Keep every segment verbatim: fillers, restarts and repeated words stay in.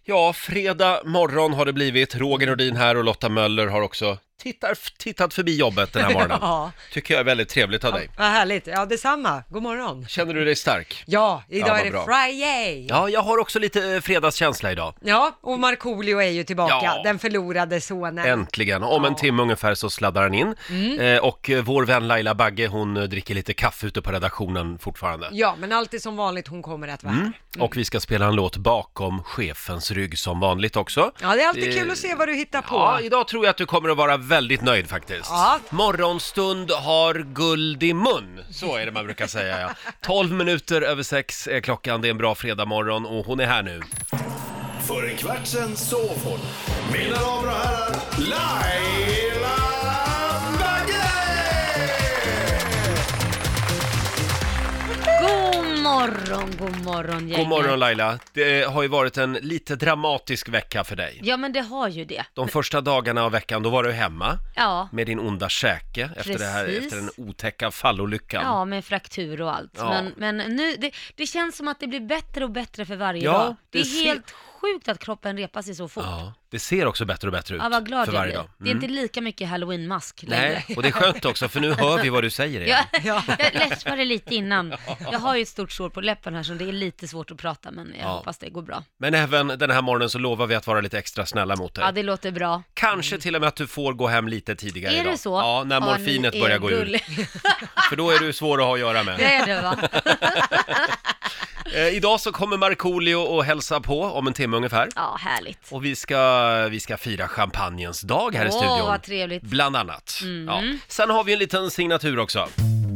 Ja, fredag morgon har det blivit. Roger Nordin här och Lotta Möller har också tittar, tittat förbi jobbet den här morgonen. Ja. Tycker jag är väldigt trevligt av Ja, dig. vad härligt. Ja, detsamma. God morgon. Känner du dig stark? Ja, idag Ja, vad är det bra. Friday. Ja, jag har också lite eh, fredagskänsla idag. Ja, och Markoolio är ju tillbaka, Ja. den förlorade sonen. Äntligen. Om en Ja. timme ungefär så sladdar han in. Eh, och eh, vår vän Laila Bagge, hon eh, dricker lite kaffe ute på redaktionen fortfarande. Ja, men alltid som vanligt, hon kommer att vara här. Och vi ska spela en låt bakom chefens rygg som vanligt också. Ja, det är alltid Eh, kul att se vad du hittar på. Ja, idag tror jag att du kommer att vara väldigt nöjd faktiskt. Ja. Morgonstund har guld i mun. Så är det man brukar säga, ja. tolv minuter över sex är klockan. Det är en bra fredagmorgon och hon är här nu. För en kvart sen sov hon. Mina damer och herrar, Laila Bagge! God morgon, god morgon gänget. God morgon Laila. Det har ju varit en lite dramatisk vecka för dig. Ja, men det har ju det. De första dagarna av veckan, då var du hemma Ja, med din onda käke efter, det här, Precis. efter den otäcka fallolyckan. ja med fraktur och allt. Ja. Men, men nu, det, det känns som att det blir bättre och bättre för varje Ja, dag. Det är det ser- helt sjukt att kroppen repar sig så fort. Ja, Ja, det ser också bättre och bättre ut vad glad för jag varje blir. dag. Det är Mm. inte lika mycket halloween-mask längre. Nej, och det är skönt också för nu hör vi vad du säger igen. Jag, jag läspade lite innan. Jag har ju ett stort sår på läppen här så det är lite svårt att prata, men jag Ja. hoppas det går bra. Men även den här morgonen så lovar vi att vara lite extra snälla mot dig. Ja, det låter bra. Kanske till och med att du får gå hem lite tidigare Är idag. det så? Ja, när morfinet ni är börjar gå ur. gulliga. För då är du svår att ha att göra Det med. är det, va? Eh, idag så kommer Markoolio och hälsa på om en timme ungefär. Ja, härligt. Och vi ska, vi ska fira champagnens dag här i Åh, studion. vad trevligt. Bland annat. Mm. Ja. Sen har vi en liten signatur också.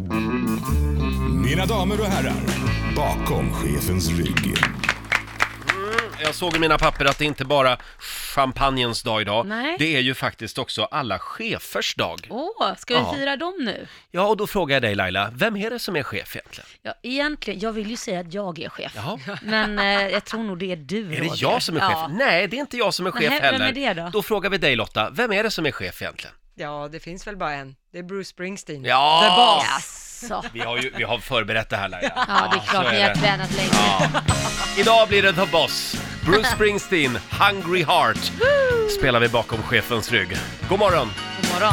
Mina damer och herrar, bakom chefens rygg. Jag såg i mina papper att det inte bara champagnens dag idag. Nej. Det är ju faktiskt också alla chefers dag. Åh, ska vi Ja. fira dem nu? Ja, och då frågar jag dig Laila, vem är det som är chef egentligen? Ja, egentligen, jag vill ju säga att jag är chef. Jaha. Men eh, jag tror nog det är du, Är det Roger. jag som är chef? Ja. Nej, det är inte jag som är chef Nähä, heller. vem är det då? Då frågar vi dig Lotta, vem är det som är chef egentligen? Ja, det finns väl bara en. Det är Bruce Springsteen. Ja! The Boss. Jaså. Vi har ju vi har förberett det här Laila. Ja, det är klart, så ni är har det. tränat länge. Ja. Idag blir det The Boss. Bruce Springsteen, Hungry Heart spelar vi bakom chefens rygg. God morgon! God morgon.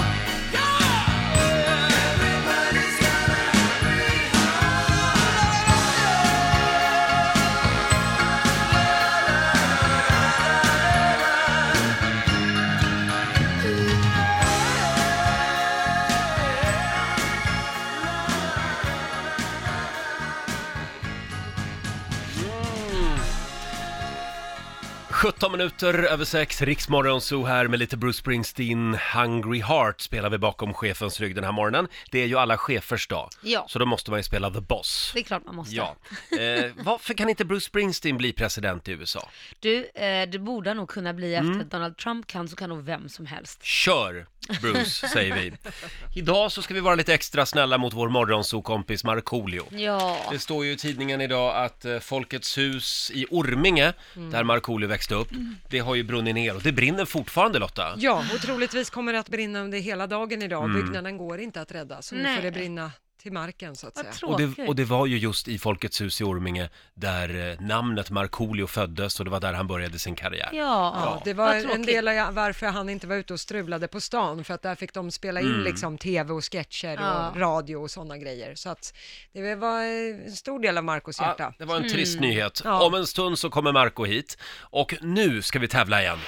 sjutton minuter över sex, Riksmorgon Zoo här med lite Bruce Springsteen, Hungry Heart spelar vi bakom chefens rygg den här morgonen. Det är ju alla chefers dag, Ja. så då måste man ju spela The Boss. Det är klart man måste. Ja. Eh, varför kan inte Bruce Springsteen bli president i U S A? Du, eh, det borde nog kunna bli efter Mm. att Donald Trump kan, så kan nog vem som helst. Kör, Bruce, säger vi. Idag så ska vi vara lite extra snälla mot vår morgonzoo-kompis Markoolio. Ja. Det står ju i tidningen idag att eh, Folkets hus i Orminge, där Markoolio växte upp, det har ju brunnit ner och det brinner fortfarande, Lotta. Ja, och troligtvis kommer det att brinna under hela dagen idag. Mm. Byggnaden går inte att rädda, så nu Nej. får det brinna till marken så att Vad säga. Och tråkigt. det, och det var ju just i Folkets hus i Orminge där eh, namnet Markoolio föddes och det var där han började sin karriär. Ja, Ja, det var vad en tråkigt. del av varför han inte var ute och strulade på stan, för att där fick de spela in Mm. liksom tv och sketcher Ja. och radio och sådana grejer. Så att det var en stor del av Marcos hjärta. Ja, det var en trist nyhet. Ja. Om en stund så kommer Marco hit och nu ska vi tävla igen.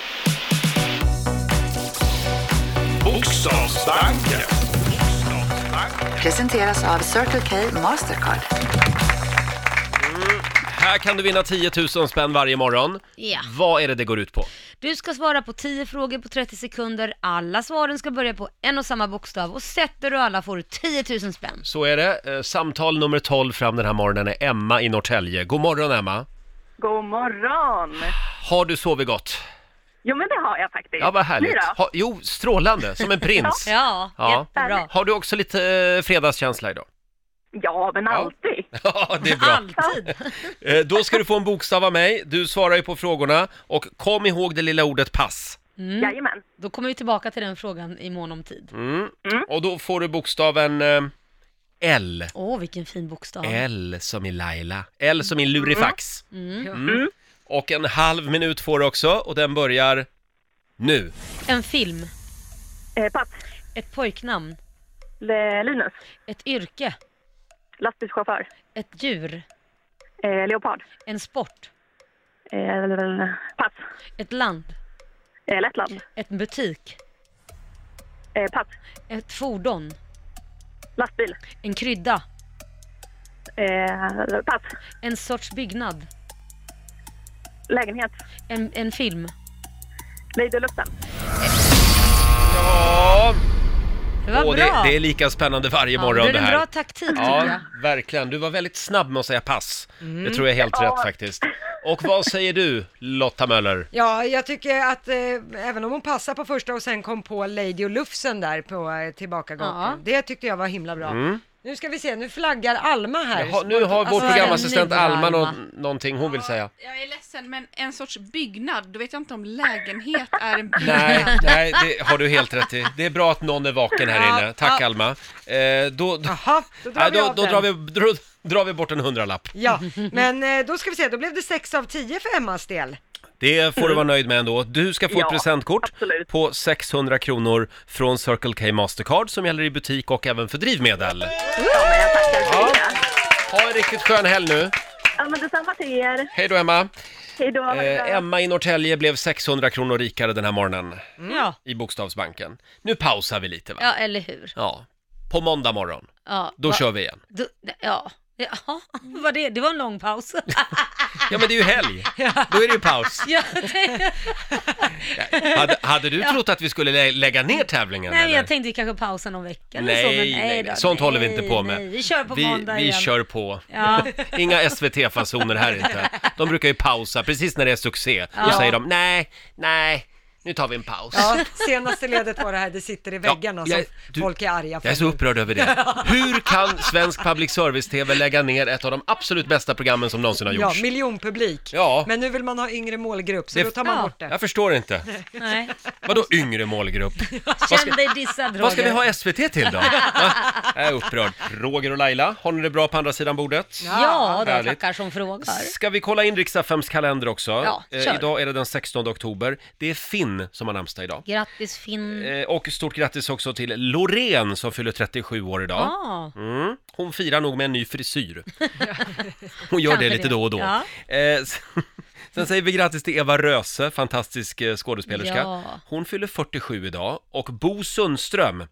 Bokstavsbanken. Presenteras av Circle K Mastercard. Här kan du vinna tio tusen spänn varje morgon. Ja. Vad är det det går ut på? Du ska svara på tio frågor på trettio sekunder. Alla svaren ska börja på en och samma bokstav. Och sätter du alla får du tio tusen spänn. Så är det. Eh, Samtal nummer tolv fram den här morgonen är Emma i Norrtälje. God morgon Emma. God morgon! Har du sovit gott? Jo, men det har jag faktiskt. Ja, vad härligt. Ni då? Ha, jo, strålande, som en prins. Ja, Ja. jättebra. Har du också lite eh, fredagskänsla idag? Ja, men alltid. Ja, det är bra. Alltid. Eh, Då ska du få en bokstav av mig. Du svarar ju på frågorna. Och kom ihåg det lilla ordet pass. Mm. Jajamän. Då kommer vi tillbaka till den frågan i mån om tid. Mm. Och då får du bokstaven eh, L. Åh, vilken fin bokstav. L som i Laila. L som i Lurifax. Mm. Mm. Och en halv minut får du också, och den börjar nu. En film. Eh, pass. Ett pojknamn. Le- Linus. Ett yrke. Lastbilschaufför. Ett djur. Eh, leopard. En sport. Eh, pass. Ett land. Eh, Lettland. Ett butik. Eh, pass. Ett fordon. Lastbil. En krydda. Eh, pass. En sorts byggnad. Lägenhet. En, en film. Lady och luften. Ja, Det var Åh, bra. det, det är lika spännande varje Ja, morgon det det är en här. bra taktik tycker Ja, jag. verkligen. Du var väldigt snabb med att säga pass. Det tror jag är helt rätt faktiskt. Och vad säger du, Lotta Möller? Ja, jag tycker att eh, även om hon passar på första och sen kom på Lady och Lufsen där på eh, tillbakagången, Ja. det tyckte jag var himla bra. Nu ska vi se, nu flaggar Alma här. Jaha, nu har vår Alltså, programassistent nu, Alma nå- Alma. någonting hon vill säga. Jag är ledsen, men en sorts byggnad, då vet jag inte om lägenhet är en byggnad. Nej, nej, det har du helt rätt i. Det är bra att någon är vaken här Ja, inne. Tack ja. Alma. Eh, då, då, Jaha, då drar nej, vi då, av då, den. drar vi, då drar vi bort en hundralapp. Ja, men eh, då ska vi se, då blev det sex av tio för Emmas del. Det får du vara nöjd med ändå. Du ska få Ja, ett presentkort absolut. på sexhundra kronor från Circle K Mastercard som gäller i butik och även för drivmedel. Ja, men jag tackar så mycket. Ha en riktigt skön helg nu. Ja, men detsamma till er. Hej då Emma. Hej då. ha det bra. Eh, Emma i Norrtälje blev sexhundra kronor rikare den här morgonen Ja. i Bokstavsbanken. Nu pausar vi lite va? ja, eller hur? Ja. På måndag morgon, Ja, då va- kör vi igen. Då, ja. Ja, vad det? Det var en lång paus. Ja men det är ju helg, då är det ju paus. Ja, det, Hade, hade du trott att vi skulle lä- lägga ner tävlingen? nej, men eller? jag tänkte vi kanske pausa någon vecka eller Nej, så. Men nej, nej, då, sånt håller vi nej, inte på med. Nej, vi kör på vi, måndag vi igen. kör på. Ja. Inga S V T-fasoner här inte. De brukar ju pausa precis när det är succé. Då Ja. säger de, nej, nej, nu tar vi en paus. Ja, senaste ledet var det här, det sitter i väggarna jag- som du- folk är arga för. Jag är så upprörd över det. Hur kan svensk public service-T V lägga ner ett av de absolut bästa programmen som någonsin har Ja, gjorts? miljonpublik. Ja. Men nu vill man ha yngre målgrupp, så Det- då tar man Ja. bort det. Jag förstår inte. Nej. Vadå yngre målgrupp? Känn dig dissad, Roger. Vad ska vi ha S V T till då? Va? Jag är upprörd. Roger och Laila, har ni det bra på andra sidan bordet? Ja, då Härligt. tackar som frågar. Ska vi kolla in Rix F M:s kalender också? Ja, eh, kör. idag är det den sextonde oktober. Det är Finn som har namnsdag idag. Grattis Finn. Eh, och stort grattis också till Loreen som fyller trettiosju år idag. Ja, Mm. Hon firar nog med en ny frisyr. Hon gör Kanske det lite det. då och då. Ja. Eh, s- sen säger vi grattis till Eva Röse, fantastisk eh, skådespelerska. Ja. Hon fyller fyrtiosju idag. Och Bo Sundström,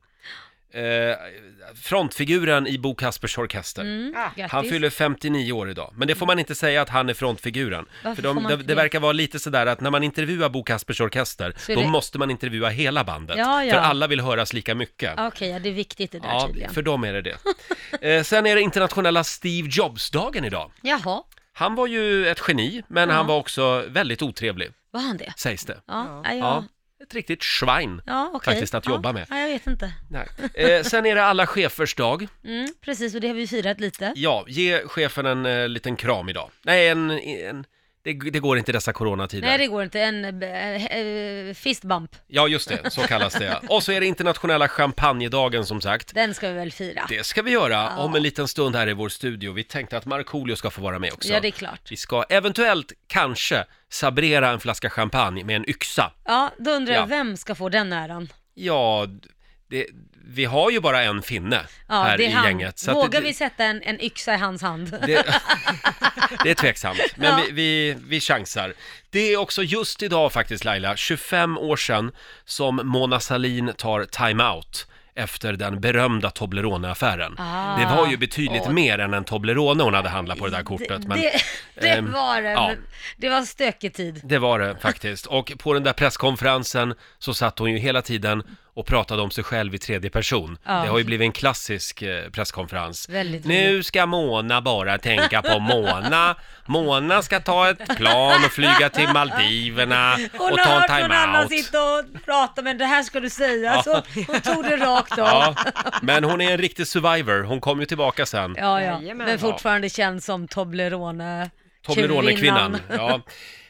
eh, frontfiguren i Bo Kaspers Orkester. mm, grattis. Han fyller femtionio år idag, men det får man inte säga att han är frontfiguren. Varför För de, får man det, inte det det? verkar vara lite sådär att när man intervjuar Bo Kaspers Orkester, Så är då det- måste man intervjua hela bandet. Ja, ja. För alla vill höras lika mycket. Okej, ja, det är viktigt det där Ja, tydligen. för dem är det det. Eh, sen är det internationella Steve Jobs-dagen idag. Jaha, Han var ju ett geni, men Ja. han var också väldigt otrevlig, var han det? sägs det. Ja, ja, Ja, ja. ett riktigt schwein. ja okej. faktiskt att ja. jobba med. Ja, jag vet inte. Nej. Eh, sen är det alla chefers dag. Mm, precis, och det har vi firat lite. Ja, ge chefen en eh, liten kram idag. Nej, en... en det, det går inte i dessa coronatider. Nej, det går inte. En äh, äh, fistbump, Ja, just det. Så kallas det. Och så är det internationella champagnedagen som sagt. den ska vi väl fira? Det ska vi göra Ja. om en liten stund här i vår studio. Vi tänkte att Markoolio ska få vara med också. Ja, det är klart. Vi ska eventuellt, kanske, sabrera en flaska champagne med en yxa. Ja, då undrar jag, Ja. vem ska få den äran? Ja, det, vi har ju bara en finne Ja, här det är i han. gänget. Så att Vågar det, vi sätta en, en yxa i hans hand? Det, det är tveksamt, men Ja. vi, vi, vi chansar. Det är också just idag faktiskt, Laila, tjugofem år sedan som Mona Sahlin tar time-out efter den berömda Toblerone-affären. Ah. Det var ju betydligt Åh. mer än en Toblerone hon hade handlat på det där kortet. Det, Men det, det ehm, var det. ja. men Det var stökig tid. det var det faktiskt. Och på den där presskonferensen så satt hon ju hela tiden och pratade om sig själv i tredje person. Ja. Det har ju blivit en klassisk eh, presskonferens. Väldigt Nu ska Mona bara tänka på Mona. Mona ska ta ett plan och flyga till Maldiverna Hon och har ta en hört någon annan time-out. sitta och prata, men det här ska du säga. Ja. Så hon tog det rakt av. Ja, men hon är en riktig survivor. Hon kom ju tillbaka sen. Ja, ja. Jajamän. Men fortfarande känns som Toblerone. Toblerone-kvinnan. Ja.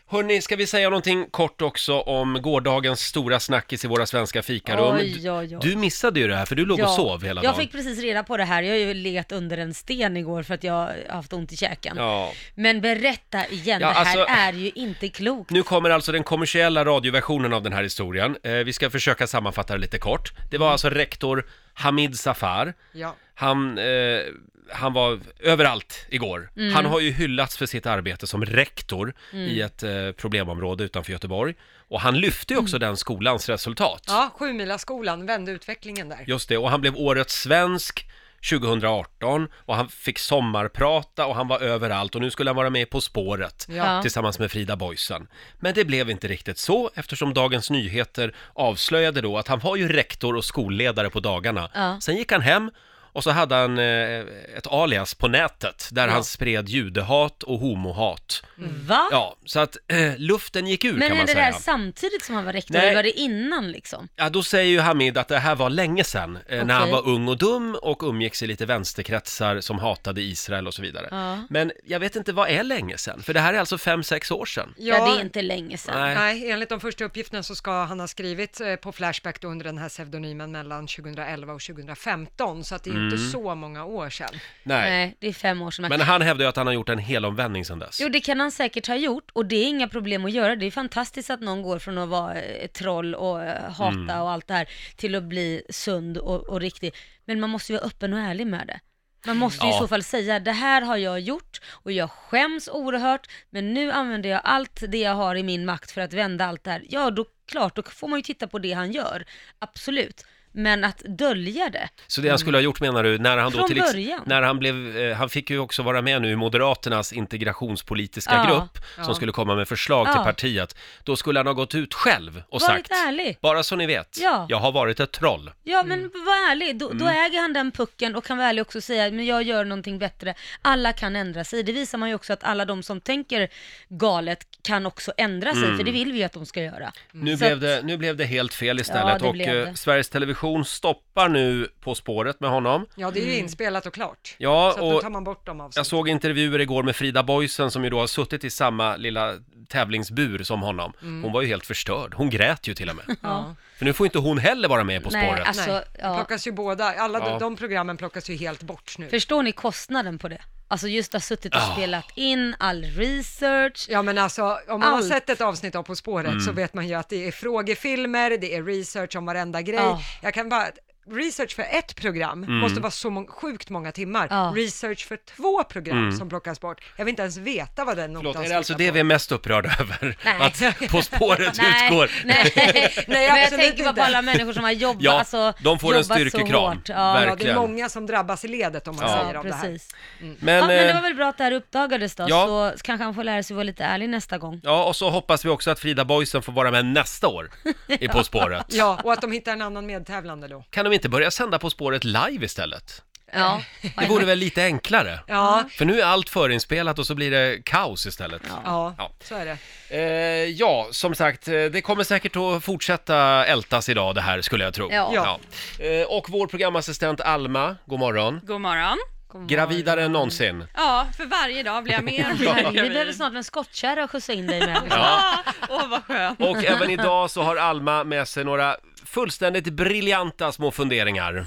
Hörrni, ska vi säga någonting kort också om gårdagens stora snackis i våra svenska fikarum? Oj, oj, oj. Du missade ju det här, för du låg och sov hela jag dagen. fick precis reda på det här. Jag har ju legat under en sten igår för att jag har haft ont i käken. Ja. Men berätta igen, Ja, det här alltså- är ju inte klokt. Nu kommer alltså den kommersiella radioversionen av den här historien. Eh, vi ska försöka sammanfatta det lite kort. Det var alltså rektor Hamid Safar. Ja. Han, eh, han var överallt igår. Mm. Han har ju hyllats för sitt arbete som rektor i ett eh, problemområde utanför Göteborg. Och han lyfte ju också Mm. den skolans resultat. Ja, Sjumilaskolan vände utvecklingen där. Just det, och han blev årets svensk tjugohundraarton och han fick sommarprata och han var överallt och nu skulle han vara med På spåret Ja. tillsammans med Frida Boysen. Men det blev inte riktigt så eftersom Dagens Nyheter avslöjade då att han var ju rektor och skolledare på dagarna. Ja. Sen gick han hem och så hade han eh, ett alias på nätet där Ja. han spred judehat och homohat. Va? Ja, så att eh, luften gick ur Men kan är man det säga. där samtidigt som han var rektor, Nej. eller var det innan liksom? Ja, då säger ju Hamid att det här var länge sedan, eh, när Okej. han var ung och dum och umgicks i lite vänsterkretsar som hatade Israel och så vidare. Ja. Men jag vet inte, vad är länge sedan? För det här är alltså fem, sex år sedan. Ja, det är inte länge sedan. Nej. Nej, enligt de första uppgifterna så ska han ha skrivit eh, på Flashback då under den här pseudonymen mellan tjugoelva och tjugohundrafemton, så att det är inte så många år sedan. Nej. Nej, det är fem år sedan. Men han hävdar ju att han har gjort en helomvändning sedan dess. Jo, det kan han säkert ha gjort och det är inga problem att göra. Det är fantastiskt att någon går från att vara ett troll och eh, hata Mm. och allt det här till att bli sund och, och riktig. Men man måste ju vara öppen och ärlig med det. Man måste ju Ja. i så fall säga, det här har jag gjort och jag skäms oerhört, men nu använder jag allt det jag har i min makt för att vända allt det här. Ja, då klart, då får man ju titta på det han gör. Absolut. Men att dölja det. Så det han skulle ha gjort, menar du, när han då Från till ex- början. när han blev, eh, han fick ju också vara med nu i Moderaternas integrationspolitiska Ja. grupp som Ja. skulle komma med förslag till Ja. partiet. Då skulle han ha gått ut själv och Varit sagt, ärlig. bara så ni vet, Ja. jag har varit ett troll. Ja, men var ärlig. Då, Mm. då äger han den pucken och kan vara ärlig också och säga, men jag gör någonting bättre. Alla kan ändra sig. Det visar man ju också att alla de som tänker galet kan också ändra sig, för det vill vi ju att de ska göra. Nu Så blev, att- det, nu blev det helt fel istället Ja, det och blev eh, det. Sveriges Television stoppar nu På spåret med honom. Ja, det är ju inspelat och klart. Ja, så att då och tar man bort dem av sig. jag såg intervjuer igår med Frida Boysen som ju då har suttit i samma lilla tävlingsbur som honom. Hon var ju helt förstörd. Hon grät ju till och med. Ja. För nu får inte hon heller vara med På Nej, spåret. alltså- Nej, ja. plockas ju båda, alla Ja. de, de programmen plockas ju helt bort nu. Förstår ni kostnaden på det? Alltså just att ha suttit och Ja. spelat in all research. Ja, men alltså om man har Allt. sett ett avsnitt av På spåret Mm. så vet man ju att det är frågefilmer, det är research om varenda grej. Ja. Jag kan bara, research för ett program Mm. måste vara så må- sjukt många timmar. Ja. Research för två program som plockas bort. Jag vill inte ens veta vad den Mm. Förlåt, notan är det alltså slutar det på. vi är mest upprörda över? Nej. Att På spåret Nej, utgår? nej, nej, men jag absolut tänker bara på inte. alla människor som har jobbat, Ja, alltså, de får en jobbat så styrkekram. hårt. Ja. Ja, det Verkligen. är många som drabbas i ledet om man Ja. säger Ja, om det här. precis. Men, Ja, men det eh, var väl bra att det här uppdagades då, ja. så kanske han får lära sig vara lite ärlig nästa gång. ja, och så hoppas vi också att Frida Boysen får vara med nästa år i På spåret. Ja, och att de hittar en annan medtävlande då. Kan de inte börja sända På spåret live istället? Ja, Det vore väl lite enklare? Ja, För nu är allt förinspelat och så blir det kaos istället. ja, Ja. så är det. Eh, ja, som sagt, eh, det kommer säkert att fortsätta ältas idag det här, skulle jag tro. Ja. Eh, och vår programassistent Alma, god morgon. God morgon. Gravidare än någonsin. Ja, för varje dag blir jag mer och mer Vi behöver gravid. snart en skottkärra att skjutsa in dig med. Ja. Åh, vad skönt. Och även idag så har Alma med sig några fullständigt briljanta små funderingar.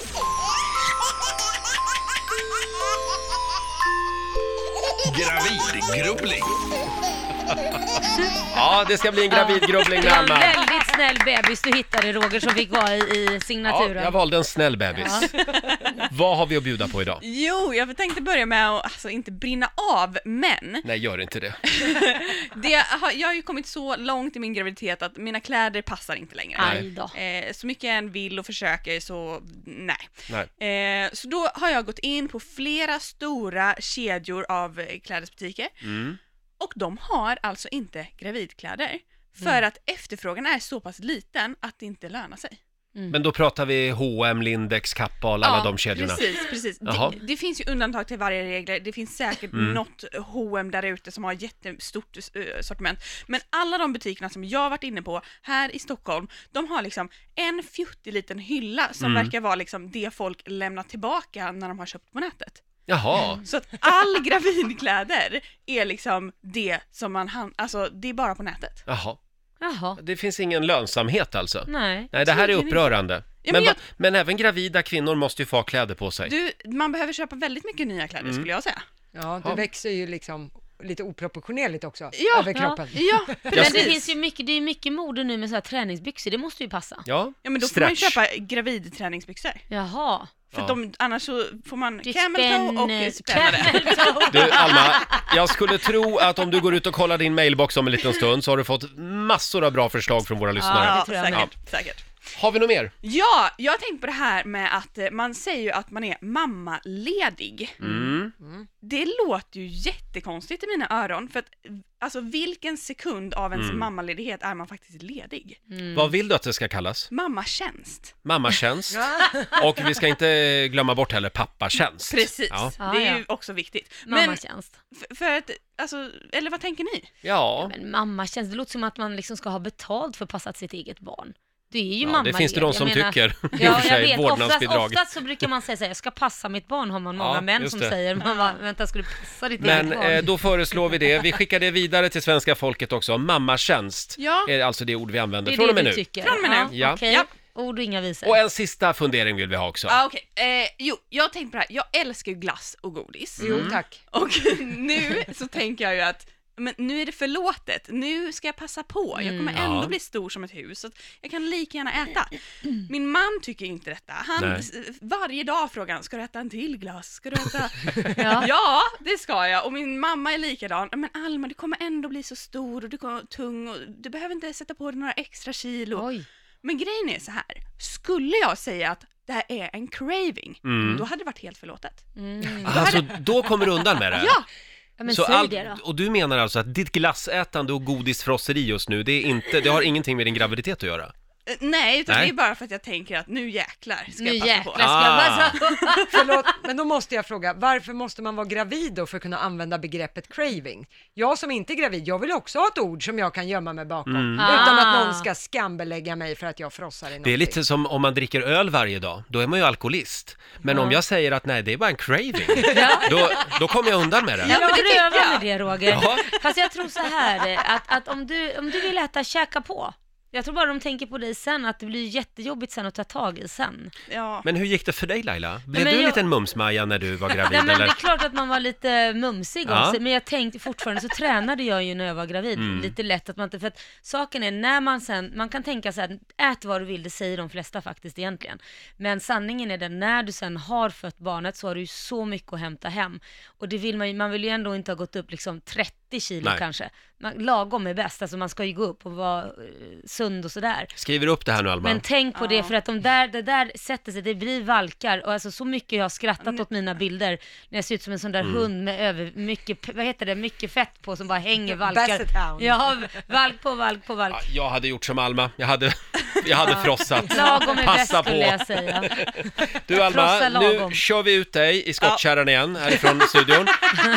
Gravidgrubbling. Ja, det ska bli en gravidgrubbling Det med var Alma. en väldigt snäll bebis du hittade, Roger, som fick vara i, i Ja, signaturen. jag valde en snäll bebis. Vad har vi att bjuda på idag? Jo, jag tänkte börja med att alltså, inte brinna av, men Nej, gör inte det. det har, jag har ju kommit så långt i min graviditet att mina kläder passar inte längre. Aj då. Eh, så mycket jag än vill och försöker så nej. Nej. Eh, så då har jag gått in på flera stora kedjor av eh, klädesbutiker Mm. och de har alltså inte gravidkläder för att efterfrågan är så pass liten att det inte lönar sig. Men då pratar vi H och M, Lindex, Kappahl, alla de kedjorna. Precis, precis. Jaha. Det, det finns ju undantag till varje regel. Det finns säkert Mm. något H och M där ute som har jättestort uh, sortiment. Men alla de butikerna som jag har varit inne på här i Stockholm, de har liksom en fjuttig liten hylla som Mm. verkar vara liksom det folk lämnar tillbaka när de har köpt på nätet. Jaha. Så att all gravidkläder är liksom det som man, han, alltså det är bara på nätet. Jaha. Jaha. Det finns ingen lönsamhet alltså? Nej. Nej, det här är Tydligen inte. upprörande. Ja, men, men, jag, va- men även gravida kvinnor måste ju få ha kläder på sig. du, man behöver köpa väldigt mycket nya kläder skulle jag säga. Ja, du Ja. växer ju liksom lite oproportionerligt också Ja, över kroppen. Ja, Men precis. det finns ju mycket, det är mycket mode nu med så här träningsbyxor, det måste ju passa. Ja, Ja, men då får man ju stretch. köpa gravidträningsbyxor. Jaha. För Ja. att de, annars så får man Det är camel toe och spänn- spännare. camel toe. Du Alma, jag skulle tro att om du går ut och kollar din mailbox om en liten stund så har du fått massor av bra förslag från våra lyssnare. Ja. Ja, tror jag säkert, säkert. Har vi något mer? Ja, jag har tänkt på det här med att eh, man säger ju att man är mammaledig. Mm. Det låter ju jättekonstigt i mina öron, för att alltså vilken sekund av ens Mm. mammaledighet är man faktiskt ledig? Vad vill du att det ska kallas? Mammatjänst. Mammatjänst. Och vi ska inte glömma bort heller pappatjänst. Precis, Ja. Ja, det är ja. ju också viktigt. Men Mammatjänst. för, för att, alltså, eller vad tänker ni? Ja. Men mammatjänst, det låter som att man liksom ska ha betalt för att passa sitt eget barn. Det är ju Ja, mammaledig. det finns det de Jag som menar- tycker. I och Ja, för jag sig, vet. Oftast, vårdnadsbidrag. oftast så brukar man säga så här, jag ska passa mitt barn, har man många Ja, män just som det. säger. Man bara, vänta, ska du passa ditt Men eget barn? eh, då föreslår vi det. Vi skickar det vidare till svenska folket också. Mammatjänst Ja. är alltså det ord vi använder det är från det och med du nu. tycker? Från och med nu. Ja. Okej, Ja. ord och inga visor. Och en sista fundering vill vi ha också. Ah, okej. Eh, jo, jag tänkte på det här. Jag älskar ju glass och godis. Jo, tack. Och nu så tänker jag ju att men nu är det förlåtet, nu ska jag passa på, jag kommer ändå Ja. bli stor som ett hus, så att jag kan lika gärna äta. Min man tycker inte detta, han, Nej. s- varje dag frågar han, ska du äta en till glass? Ska du äta? Ja. Ja, det ska jag, och min mamma är likadan, men Alma, du kommer ändå bli så stor och du kommer tung och du behöver inte sätta på dig några extra kilo. Oj. Men grejen är så här, skulle jag säga att det här är en craving, Mm. då hade det varit helt förlåtet. Mm. Alltså, då kommer du undan med det? Ja! Ja, men Så säg allt- det då. och du menar alltså att ditt glassätande och godisfrosseri just nu, det, är inte, det har ingenting med din graviditet att göra? Eh, Nej, utan Nej. det är bara för att jag tänker att nu jäklar ska Nu jag passa jäklar på. ska jag Ah. passa. Förlåt, men då måste jag fråga, varför måste man vara gravid då för att kunna använda begreppet craving? Jag som inte är gravid, jag vill också ha ett ord som jag kan gömma mig bakom, Mm. utan att Ah. någon ska skambelägga mig för att jag frossar i någonting. Det är lite som om man dricker öl varje dag, då är man ju alkoholist. Men om jag säger att nej, det är bara en craving, då, då kommer jag undan med det. Ja, men det tycker pröva jag. med det, Roger. Ja. Fast jag tror så här, eh, att, att om, du, om du vill äta, käka på. Jag tror bara de tänker på dig sen, att det blir jättejobbigt sen att ta tag i sen. Ja. Men hur gick det för dig Laila? Blev men du en jag- liten mumsmaja när du var gravid Nej, men det eller? är klart att man var lite mumsig Ja. av sig, men jag tänkte fortfarande så tränade jag ju när jag var gravid, Mm. lite lätt att man inte, för att saken är när man sen, man kan tänka så här, ät vad du vill, det säger de flesta faktiskt egentligen, men sanningen är den, när du sen har fött barnet så har du ju så mycket att hämta hem, och det vill man ju, man vill ju ändå inte ha gått upp liksom trettio kilo Nej. kanske, man, lagom är bäst, alltså man ska ju gå upp och vara eh, sund och sådär. Skriver upp det här nu Alma. Men tänk på Ja. det, för att de där, det där sätter sig, det blir valkar, och alltså så mycket jag har skrattat åt mina bilder när jag ser ut som en sån där Mm. hund med över, mycket, vad heter det, mycket fett på som bara hänger valkar. Basset Hound. Ja, valk på valk på valk. Ja, jag hade gjort som Alma, jag hade, jag hade frossat. Lagom är bäst Passa skulle på. jag säga. Du Alma, Frossa lagom. nu kör vi ut dig i skottkärran igen härifrån studion.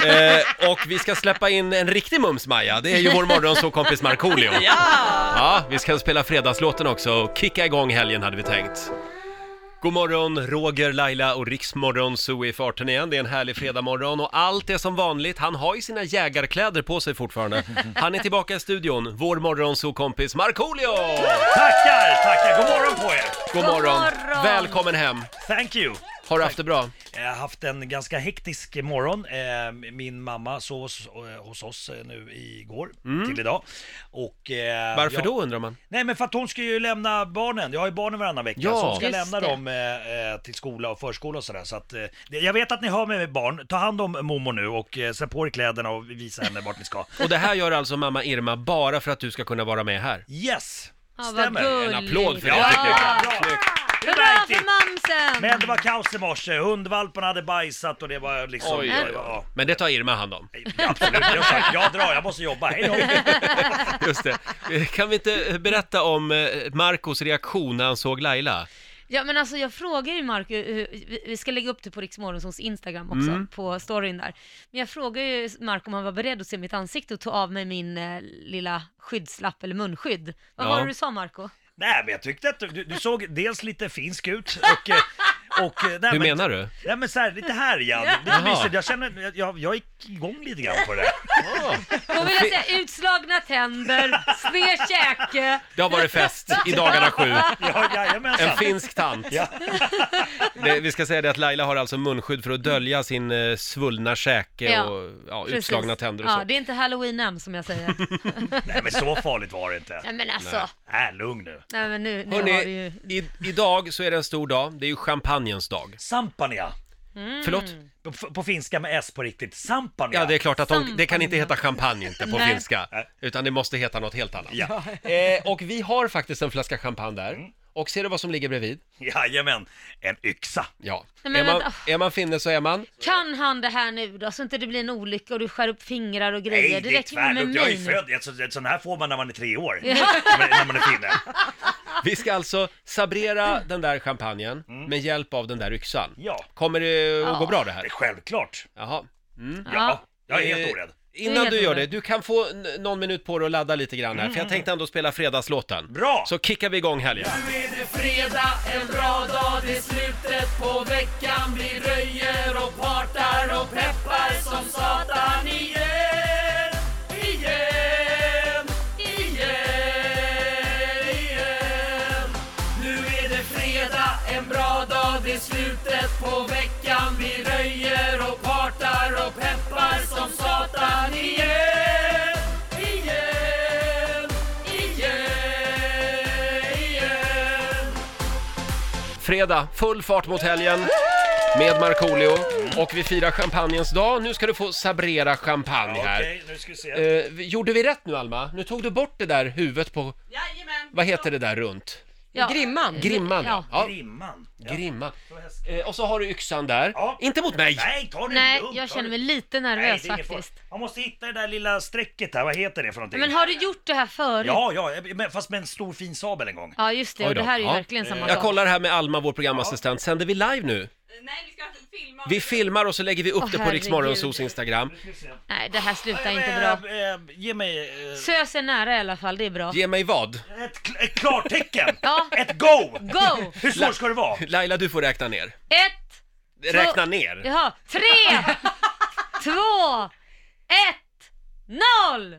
Eh, och vi ska släppa in en riktig mumsmaja, det är ju vår morgonsåkompis Markoolio. Ja! Ja, vi ska spela fredagslåten också och kicka igång helgen hade vi tänkt. God morgon, Roger, Laila och Riksmorgon så i farten igen. Det är en härlig fredagmorgon och allt är som vanligt. Han har ju sina jägarkläder på sig fortfarande. Han är tillbaka i studion, vår morgonsåkompis Markoolio! Tackar, tackar. God morgon på er. God God morgon. morgon. Välkommen hem. Thank you. Har du haft det bra? Jag har haft en ganska hektisk morgon. Eh, Min mamma sov hos, eh, hos oss eh, nu igår till idag. Och, eh, Varför jag, då undrar man? Nej, men för att hon ska ju lämna barnen. Jag har ju barnen varannan vecka. Ja. Så hon ska Just lämna det. dem eh, eh, till skola och förskola och sådär. Så att, eh, det- jag vet att ni har med barn. Ta hand om Momo nu och eh, sätt på er kläderna och visa henne vart ni ska. Och det här gör alltså mamma Irma bara för att du ska kunna vara med här. Yes! Ja, vad Stämmer. gulligt. En applåd för det, Ja, tycker jag. bra. Snyggt. Det är Hurra riktigt. för mamsen! Men det var kaos i morse. Hundvalparna hade bajsat och det var liksom... Oj, oj, ja. oj. Men det tar Irma hand om. Ja, absolut, jag, sa, jag drar, jag måste jobba, hej då! Just det. Kan vi inte berätta om eh, Marcos reaktion när han såg Laila? Ja, men alltså jag frågar ju Marco, hur- vi- vi ska lägga upp det på Riksmorgons Instagram också, Mm. på storyn där. Men jag frågar ju Marco om han var beredd att se mitt ansikte och ta av mig min eh, lilla skyddslapp eller munskydd. Vad Ja. var det du sa, Marco? Nej, men jag tyckte att du, du såg dels lite finsk ut och, eh, och, nej, Hur men, menar du? Nej men så här, lite här igen. Lite Jaha. mysigt. Jag känner, jag, jag, jag gick igång lite grann på det. Då vill jag säga utslagna tänder, sned käke. Det har varit fest i dagarna sju. Ja, jajamensan. En finsk tant. Ja. Det, vi ska säga det att Laila har alltså munskydd för att dölja sin eh, svullna käke Ja, och ja, Precis. utslagna tänder och så. Ja, det är inte Halloween än som jag säger. Nej men så farligt var det inte. Nej men alltså. Nej, lugn nu. Nej men nu, nu har vi Hörrni, ju... i, idag så är det en stor dag. Det är ju champagnens dag. Sampania. Förlåt? På, på finska med S på riktigt. Sampania. Ja, det är klart att de, Champagne. det kan inte heta champagne inte på Nej. finska. Utan det måste heta något helt annat. Ja. Eh, och vi har faktiskt en flaska champagne där. Och ser du vad som ligger bredvid? Jajamän. En yxa. Ja. Nej, men är, man, vänta. är man finne så är man. Kan han det här nu då, så inte det blir en olycka och du skär upp fingrar och grejer? Nej, det är räcker ju med tvärlugnt. Jag är mig ju nu. född. Ett, så- ett sån här får man när man är tre år. När, när man är finne. Vi ska alltså sabrera den där champagnen med hjälp av den där yxan. Ja. Kommer det att Ja. gå bra det Det är här? självklart. Jaha. Mm. Ja. Jag är Eh, helt orädd. Innan helt du gör det, orädd. du kan få n- någon minut på dig att ladda lite grann här, för jag tänkte ändå spela fredagslåten. Bra! Så kickar vi igång helgen. Nu är det fredag, en bra dag, det är slutet på veckan. Vi röjer och partar och peppar som satan igen. Igen, igen, igen. Nu är det fredag, en bra dag, det är slutet på veckan. Vi röjer och partar och peppar som satan igen. Igen, igen, igen. Fredag, full fart mot helgen med Markoolio. Och vi firar champagnens dag. Nu ska du få sabrera champagne här. Okej, nu ska vi se. Eh, gjorde vi rätt nu, Alma? Nu tog du bort det där huvudet på... Jajamän. Vad heter det där runt? Ja. Grimman. Grimman, ja. Ja. ja. Grimman. Ja. Grimman. Eh, och så har du yxan där. Ja. Inte mot mig! Nej, ta det Nej, lugnt, jag ta känner det- mig lite Nej, nervös det är ingen fara. faktiskt. Man måste hitta det där lilla strecket här. Vad heter det för någonting? Men har du gjort det här förut? Ja, ja, men- fast med en stor fin sabel en gång. Ja, just det. Oj Och då. det här är ju Ja. verkligen samma Jag sak. kollar här med Alma, vår programassistent. Sänder vi live nu? Nej, vi ska filma. Vi filmar och så lägger vi upp Åh, det på herregud. Riksmorgonsos Instagram. Nej, det här slutar inte Eh, bra. eh, Ge mig eh, Sös är nära i alla fall, det är bra. Ge mig vad? ett, kl- ett klartecken! Ja. Ett go! Go! Hur svårt ska det vara? Laila, du får räkna ner. Ett, Räkna ner. jaha, tre, två, ett, noll!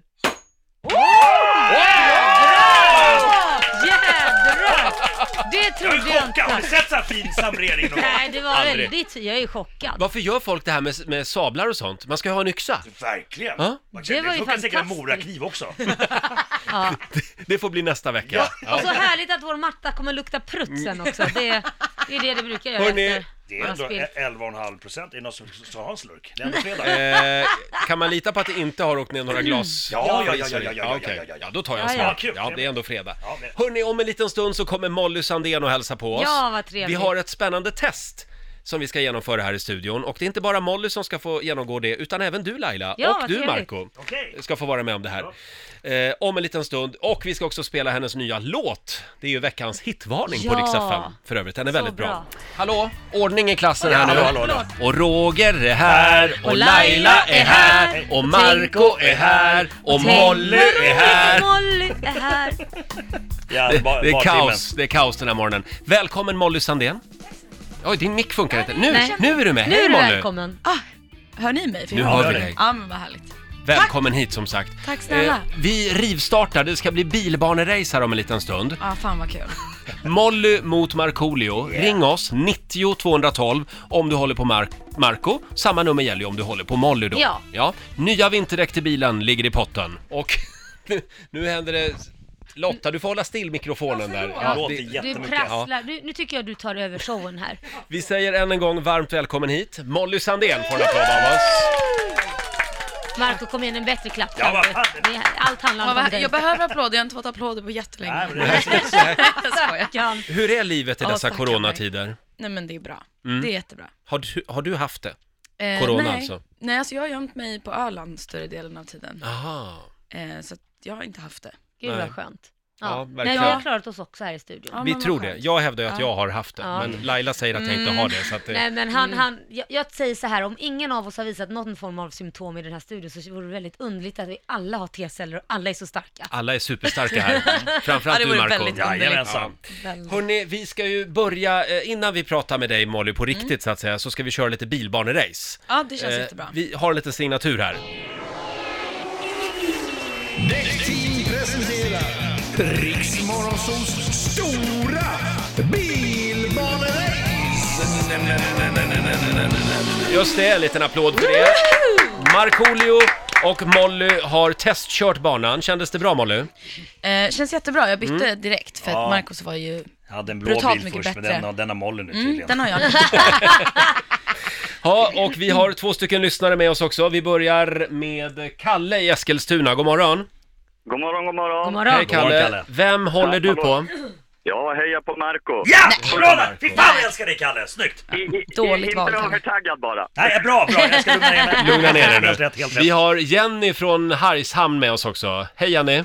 Jädrar! Det Jag trodde är jag chockad! Har ni inte. sett så här fin samrering någon gång? Nej, det var Aldrig. väldigt, jag är chockad. Varför gör folk det här med, med sablar och sånt? Man ska ha en yxa. Verkligen! Ja. Man Det känner- var ju funkar säkert en fantastiskt. morakniv också. Ja. Det får bli nästa vecka. Och så härligt att vår matta kommer lukta prutt sen också. Det, det är det det brukar göra Hörrni, efter. Det är man har ändå spilt. elva komma fem procent. Är det någon som ska ha en slurk? Det är ändå fredag. Eh, kan man lita på att det inte har åkt ner några glas? Ja, ja, ja, ja, ja, ja, ja, okej. ja, ja, ja. Ja, då tar jag en Ja, ja. smak. Kul. Ja, det är ändå fredag. Ja, det- Hörni, om en liten stund så kommer Molly Sandén och hälsa på oss. Ja, vad trevligt. Vi har ett spännande test som vi ska genomföra här i studion. Och det är inte bara Molly som ska få genomgå det, utan även du Laila Ja, och vad du trevligt. Marco Okej. ska få vara med om det här. Eh, om en liten stund. Och vi ska också spela hennes nya låt. Det är ju veckans hitvarning på Ja. Rix F M för övrigt. Den är Så väldigt bra. bra. Hallå, ordning i klassen här nu. hallå, hallå, hallå. Och Roger är här, och Laila är här, och Marco är här, och Molly är här. Molly är här. Ja, Det, bara- det är bara kaos, timmen. det är kaos den här morgonen. Välkommen Molly Sandén. Oj, din mick funkar inte. Nu, Nej. nu är du med. Nu Hej är du Molly. välkommen. Hör ni mig? För Nu jag hör vi det. dig. Ja, men vad härligt. Välkommen hit som sagt. Tack snälla. Eh, vi rivstartar, det ska bli bilbanerace här om en liten stund. Ja, fan vad kul. Molly mot Markoolio. Ring oss, nittio tvåhundratolv om du håller på Mar- Marco. Samma nummer gäller ju om du håller på Molly då. Ja. ja. Nya vinterdäck till bilen ligger i potten. Och nu, nu händer det... Lotta, du får hålla still mikrofonen där. Ja, låter det- Du jättemycket. prasslar. Du, nu tycker jag du tar över showen här. Vi säger än en gång varmt välkommen hit. Molly Sandén får en applåd av oss. Marco, kom igen, en bättre klapp. Ja, vad fan. Det är- Allt handlar Ja, om vad- dig. jag behöver applåder, jag har inte fått applåder på jättelänge. Nej, men det är Jag skojar. Kan. Hur är livet i Ja, dessa stackar coronatider? Nej men det är bra. Mm. Det är jättebra. Har du, har du haft det? Eh, Corona nej. alltså? Nej, alltså jag har gömt mig på Öland större delen av tiden. Aha. Eh, så att jag har inte haft det. Gud Nej. vad skönt. Ja, Nej, verkligen. vi har klarat oss också här i studion. Ja, Vi men tror vad det. skönt. Jag hävdar ju att Ja. jag har haft det, Ja. men Laila säger att jag inte har det. Så att det... Nej, men han, han, jag, jag säger så här, om ingen av oss har visat någon form av symptom i den här studion så vore det väldigt underligt att vi alla har T-celler och alla är så starka. Alla är superstarka här. Framförallt Ja, det du, vore Marco. väldigt Jajamensan. Väldigt. Hörrni, vi ska ju börja, eh, innan vi pratar med dig Molly på riktigt så att säga, så ska vi köra lite bilbanerace. Ja, det känns Eh, jättebra. Vi har lite signatur här. Däckteam presenterar Riksmorgonsols stora bilbanerace. Just det, en liten applåd för det. Markoolio och Molly har testkört banan. Kändes det bra, Molly? Eh, känns jättebra, jag bytte Mm. direkt för Ja. att Marcus var ju... Jag hade en blå Brutalt bil mycket först, men bättre. den, har- den har Molly nu Mm, tydligen. den har jag. Ja, och vi har två stycken lyssnare med oss också. Vi börjar med Kalle i Eskilstuna. God morgon. God morgon, god morgon. God morgon. Hej God morgon, Kalle. Kalle. Vem håller du på? Jag hejar på Marco. Ja! Bra där! Fy fan vad jag älskar dig, Kalle! Snyggt! I, i, Dåligt inte val, Kalle. övertaggad bara. Nej, bra, bra! Jag ska lugna ner mig. Lugna ner dig Helt nu. rätt, helt rätt. Vi har Jenny från Hargshamn med oss också. Hej Jenny.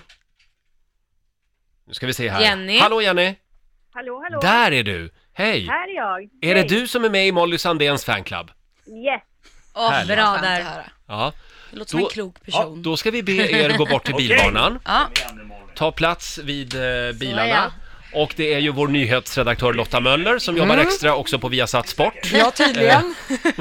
Nu ska vi se här. Jenny. Hallå Jenny. Hallå, hallå. Där är du. Hej. Här är jag. Är det du som är med i Molly Sandéns fanclub? Yes. Åh, Härligt. bra Bra där. där. Ja. Det låter som en Då- klok Ja, person. Då ska vi be er gå bort till Okej. bilbanan. Ja. Ta plats vid eh, bilarna. ja. Och det är ju vår nyhetsredaktör Lotta Möller som jobbar extra också på Viasat Sport. Ja, tydligen.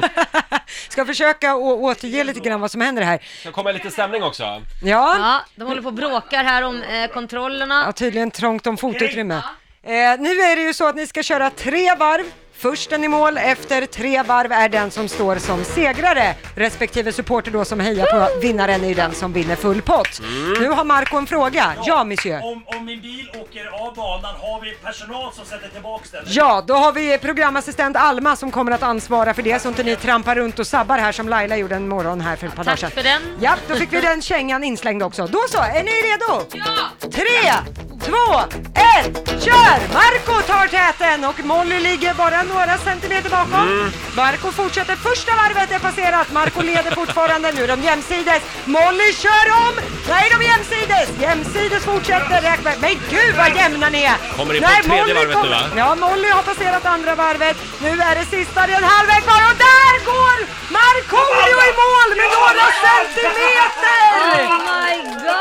Ska försöka å- återge lite grann vad som händer här. Det kommer lite stämning också. Ja, Ja, de håller på och bråkar här om eh, kontrollerna. ja tydligen trångt om fotutrymme. Eh, nu är det ju så att ni ska köra tre varv. Försten i mål efter tre varv är den som står som segrare. Respektive supporter då som hejar på vinnaren är ju den som vinner full pott. Nu har Marco en fråga. Ja, monsieur. Om, om min bil åker av banan, har vi personal som sätter tillbaka den? Ja, då har vi programassistent Alma som kommer att ansvara för det så inte ni trampar runt och sabbar här som Laila gjorde en morgon här för ett par dagar Tack sedan. för den. Ja, då fick vi den kängan inslängd också. Då så, är ni redo? Ja! Tre, två, ett, kör! Marco tar täten och Molly ligger bara några centimeter bakom. Marco fortsätter, första varvet är passerat. Marco leder fortfarande, nu är de jämsides. Molly kör om! Nej, de är jämsides! Jämsides fortsätter, räkna. Men gud vad jämna ni är! Kommer in på Nej, tredje Molly varvet kommer- nu, va? Ja, Molly har passerat andra varvet. Nu är det sista, det är en halvväg kvar och där går Markoolio i mål med några centimeter! Oh my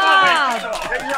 god!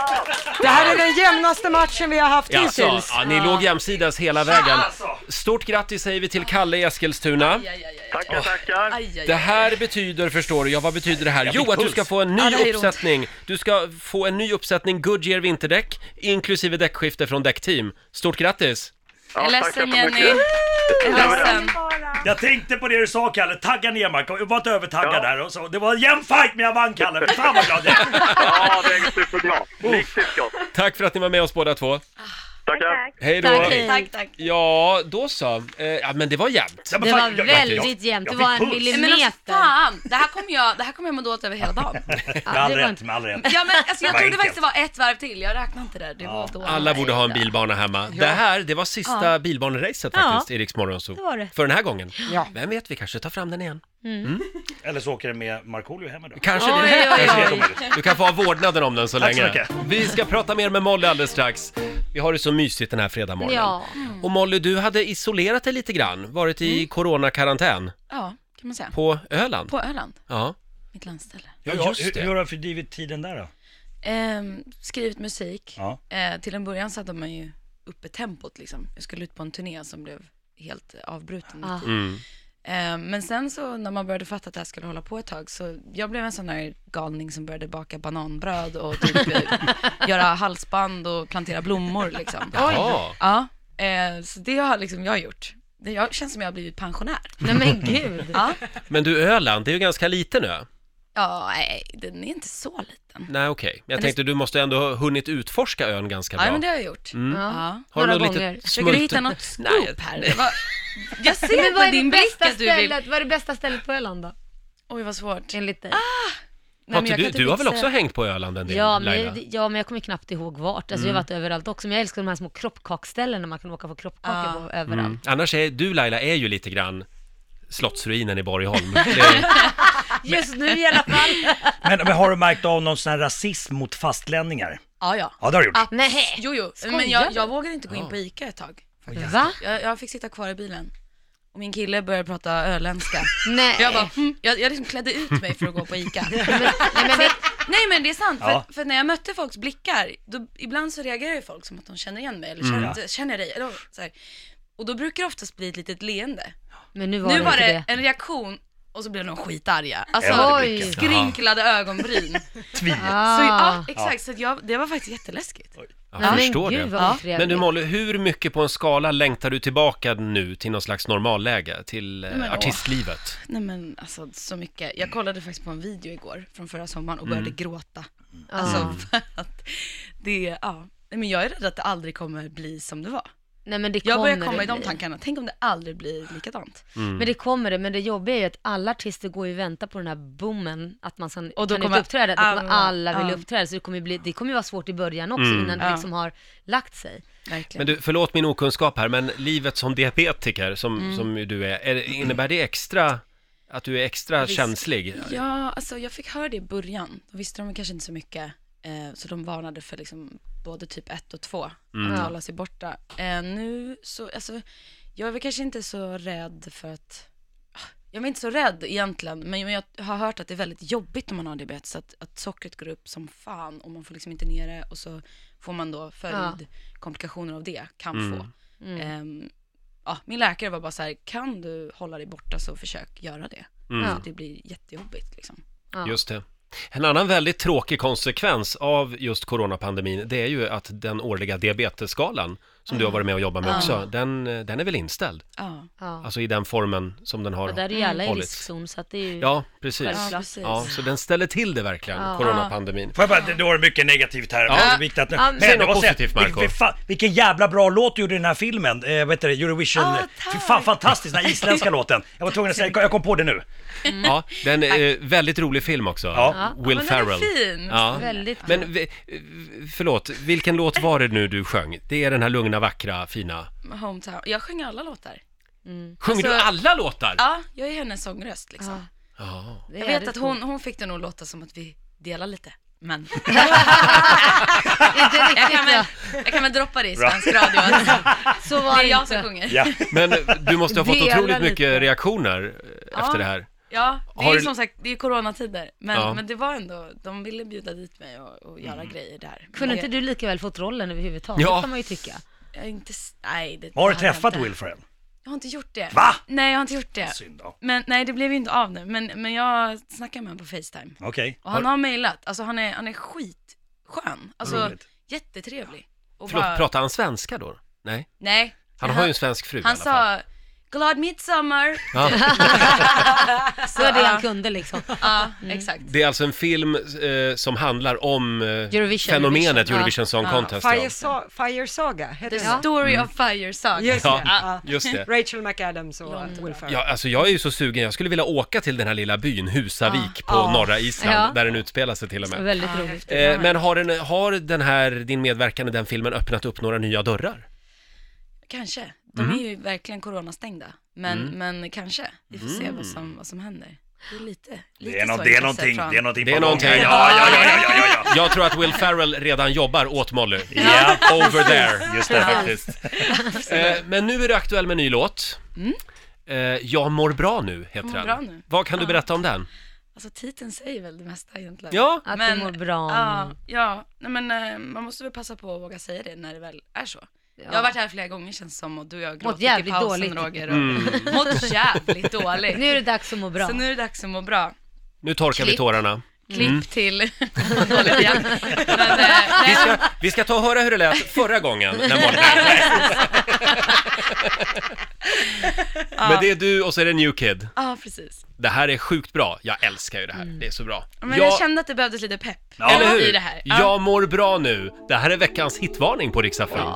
Det här är den jämnaste matchen vi har haft Jaså, hittills. ja, ni låg jämsides hela vägen. Stort grattis säger vi till Kalle i Eskilstuna. Tackar, tackar. Aj, aj, Det aj. här betyder, förstår du, ja vad betyder det här? Jag Jo, fick att du puls. ska få en ny Ja, det här gör ont. uppsättning. Du ska få en ny uppsättning Goodyear vinterdäck, inklusive däckskifte från Däckteam. Stort grattis! Ja, Jag är tackar ledsen så Jenny. mycket. Jag är ledsen. Jag tänkte på det du sa, Kalle. Tagga ner, Marco. Jag var inte övertaggad Ja. där. Och så. Det var en jämn fight, men jag vann, Kalle. Fan vad glad jag är. Ja, det är superbra. Riktigt gott. Tack för att ni var med oss båda två. Tackar. Tack. Hej då! Tack, hej. Tack, tack. Ja, då så. Eh, ja, men det var jämnt. Ja, men Det fan, var jag- jag- väldigt jag- jämnt, det jag var fick en puls. Men alltså millimeter. fan, det här kommer jag, det här kommer jag må dåligt över hela dagen. Med det all var rätt, inte- med all rätt. Ja men alltså jag Vad trodde enkelt. faktiskt det var ett varv till, jag räknade inte där. Det var då. Alla borde ha en bilbana hemma. Det här, det var sista Ja. bilbaneracet Ja. faktiskt i Rix Morgon Zoo. Det var det. För den här gången. Ja. Vem vet, vi kanske tar fram den igen. Eller så åker det med Markoolio hemma då. Kanske Oj, det. oj, Kanske oj. det. Du kan få ha vårdnaden om den så Tack så länge. mycket. Vi ska prata mer med Molly alldeles strax. Vi har det så mysigt den här fredagmorgonen. Ja. Och Molly, du hade isolerat dig lite grann, varit i coronakarantän Ja, kan man säga. på Öland. På Öland, Ja. mitt landställe. Ja, Ja, just hur, det. hur har du fördrivit tiden där då? Ehm, skrivit musik. Ja. Eh, till en början satte man ju uppe tempot liksom. Jag skulle ut på en turné som blev helt avbruten. Ah. Mm. Eh, men sen så när man började fatta att det här skulle hålla på ett tag så jag blev en sån där galning som började baka bananbröd och typ eh, göra halsband och plantera blommor liksom. Jaha. Ja, eh, så det har liksom jag gjort. Det jag känns som jag har blivit pensionär. Nej men gud. Ja, Men du, Öland, det är ju ganska liten ö. ja nej, den är inte så liten. Nej, okej. Men jag Men tänkte du måste ändå ha hunnit utforska ön ganska bra. Ja, men det har jag gjort. Mm. Ja. Har du Några något gånger. litet Försöker du hitta smult- något scoop Nej, här? Det var... Jag ser Men vad på är det din blick bästa att du vill... stället, vad är det bästa stället på Öland då? Oj, vad svårt. Enligt dig? Nej, Har men inte jag du, kan typ du har inte väl också säga- hängt på Öland en del, Ja Laila? men, ja, men jag kommer knappt ihåg vart. Alltså, Jag har varit överallt också. Men jag älskar de här små kroppkakställen där man kan åka på kroppkakor Ja. på, överallt. Mm. Annars är du, Laila, är ju lite grann slottsruinen i Borgholm. Det är, Just nu i alla fall. Men, men har du märkt av någon sån här rasism mot fastlänningar? Ja, ja. Ja, det har du gjort. Ah, Nej. Jo, jo. Skojar Men jag, du? jag vågade inte gå in Ja. på Ica ett tag. Va? Jag, jag fick sitta kvar i bilen. Och min kille började prata öländska. Nej. Jag bara, hm. jag, jag liksom klädde ut mig för att gå på Ica. Nej, men det, Nej men det är sant, Ja. för, för när jag mötte folks blickar, då, ibland så reagerar ju folk som att de känner igen mig, eller känner, Mm. känner jag dig, eller så här. Och då brukar det oftast bli ett litet leende. men nu var Nu det var inte det, det. en reaktion, och så blev de skitarga. Alltså, Eld i Oj. blicken. skrinklade ögonbryn. Tvivel. Ah. Så, ja, exakt, så att jag, det var faktiskt jätteläskigt. Jag Ja, men förstår gud, det. vad Ja. otrevligt. Men du Molly, hur mycket på en skala längtar du tillbaka nu till någon slags normalläge, till eh, Men, åh. artistlivet? Nej men alltså så mycket. Jag kollade faktiskt på en video igår från förra sommaren och började gråta. Alltså för att det, ja. Nej, men jag är rädd att det aldrig kommer bli som det var. Nej, men det Jag kommer börjar komma det i de bli. tankarna. Tänk om det aldrig blir likadant. Mm. Men det kommer det, men det jobbiga är ju att alla artister går ju och väntar på den här boomen, att man sen Och då kan kommer inte uppträda, då kommer alla- alla vilja ja. uppträda, så det kommer ju bli, det kommer ju vara svårt i början också, Mm. innan det Ja. liksom har lagt sig. Verkligen. Men du, förlåt min okunskap här, men livet som diabetiker, som, Mm. som ju du är, är, innebär det extra, att du är extra Visst. känslig? Ja, alltså jag fick höra det i början. Då visste de kanske inte så mycket. Eh, så de varnade för liksom både typ ett och två Mm. att hålla sig borta. Eh, nu så, alltså, jag är väl kanske inte så rädd för att, jag är inte så rädd egentligen, men jag har hört att det är väldigt jobbigt om man har diabetes, att, att sockret går upp som fan och man får liksom inte ner det, och så får man då följdkomplikationer av det, kan Mm. få. Mm. Ehm, ja, min läkare var bara så här: kan du hålla dig borta så försök göra det. Mm. Så att det blir jättejobbigt liksom. Ja. Just det. En annan väldigt tråkig konsekvens av just coronapandemin, det är ju att den årliga diabetesskalan, som du har varit med och jobbat med Ja. också, den, den är väl inställd? Ja. Ja. Alltså i den formen som den har Och där är ju alla i hållits. riskzon, så att det är ju... Ja, precis. Ja, Självklart. precis. Ja, så den ställer till det verkligen, Ja. coronapandemin. Får jag bara, det var mycket negativt här. Ja. Det är viktigt att nu. Ja, Men säg jag något måste säga, positivt, Marco. vil- vil- vilken jävla bra låt du gjorde i den här filmen. Eh, vad heter det? Eurovision. Ah, Fy tack. fan, fantastisk, den här isländska låten. Jag var tvungen att säga, jag kom på det nu. Ja, den är eh, väldigt rolig film också. Ja. Will men Ferrell. Den är fin. Ja. Väldigt Men vi- förlåt, vilken låt var det nu du sjöng? Det är den här lugna, vackra, fina. Hometown. Jag sjöng alla låtar. Mm. Sjunger du Alltså- alla låtar? Ja, jag är hennes sångröst liksom. Ja, Ja. det är Jag vet jävligt att hon, coolt. hon fick det nog låta som att vi delar lite. Men Inte jag riktigt kan, så. väl, jag kan väl droppa det i svensk radio. Alltså. Så var Det är det jag som inte. sjunger. Ja. Men du måste ha fått Dela otroligt lite. mycket reaktioner eh, Ja. efter det här. Ja, det Har är du- som sagt, det är coronatider. Men, Ja. men det var ändå, de ville bjuda dit mig och, och göra grejer där. Kunde Men inte jag, du lika väl fått rollen överhuvudtaget, Ja. kan man ju tycka. jag är inte, s- nej, det, Har du det hade jag träffat inte. Will Ferrell? Jag har inte gjort det. Va? Nej, jag har inte gjort det. Synd då. Men nej, det blev ju inte av nu. Men, men jag snackade med honom på FaceTime. Okej. Och han har mejlat. Alltså han är, han är skitskön. Alltså Roligt. jättetrevlig. Och Förlåt, bara- pratar han svenska då? Nej? Nej. Han har ju en svensk fru Han i alla fall. sa glad midsommar. Ja. Så är det han kunde liksom. Ja, exakt. Det är alltså en film eh, som handlar om eh, Eurovision. fenomenet Ja. Eurovision Song Ja. Contest. Fire, Ja. Sa- Fire Saga, heter The den? story of fire saga. Just Ja, det. Ja. just det. Rachel McAdams och Låter Will bra. Ferrell. Ja, alltså jag är ju så sugen, jag skulle vilja åka till den här lilla byn Husavik på Ja. norra Island, Ja. där den utspelar sig till och med. Väldigt Ja, roligt. häftigt. Eh, men har den, har den här, din medverkan i den filmen öppnat upp några nya dörrar? Kanske. De är ju verkligen coronastängda. Men, Mm. men kanske. Vi får se vad som, vad som händer. Det är lite, lite Det är, nå- så det är intresse någonting, från- det är någonting Det är på gång. någonting. Ja, ja, ja, ja, ja, ja, ja. Jag tror att Will Ferrell redan jobbar åt Molly. Ja. Over there. Just det. Faktiskt. Eh, men nu är du aktuell med en ny låt. Eh, Jag mår bra nu, heter mår den. bra nu. Vad kan du Ja. berätta om den? Alltså titeln säger väl det mesta egentligen. Ja, Att Men- du mår bra. Ja, ja. Nej, men eh, man måste väl passa på att våga säga det när det väl är så. Ja. Jag har varit här flera gånger känns som, och du och jag har gråtit i jävligt pausen, dåligt. Roger. Och Mm. mått jävligt dåligt. Nu är det dags att må bra. Så nu är det dags att må bra. nu torkar vi Klipp. tårarna. Klipp till må dåligt igen. Men, eh, nej, Vi ska, vi ska ta och höra hur det lät förra gången när Molly... Men det är du och så är det New Kid. Ja, precis. Det här är sjukt bra. Jag älskar ju det här. Det är så bra. Men jag kände att det behövdes lite pepp Ja. Eller hur? i det här. Ja. Jag mår bra nu. Det här är veckans hitvarning på Rix F M.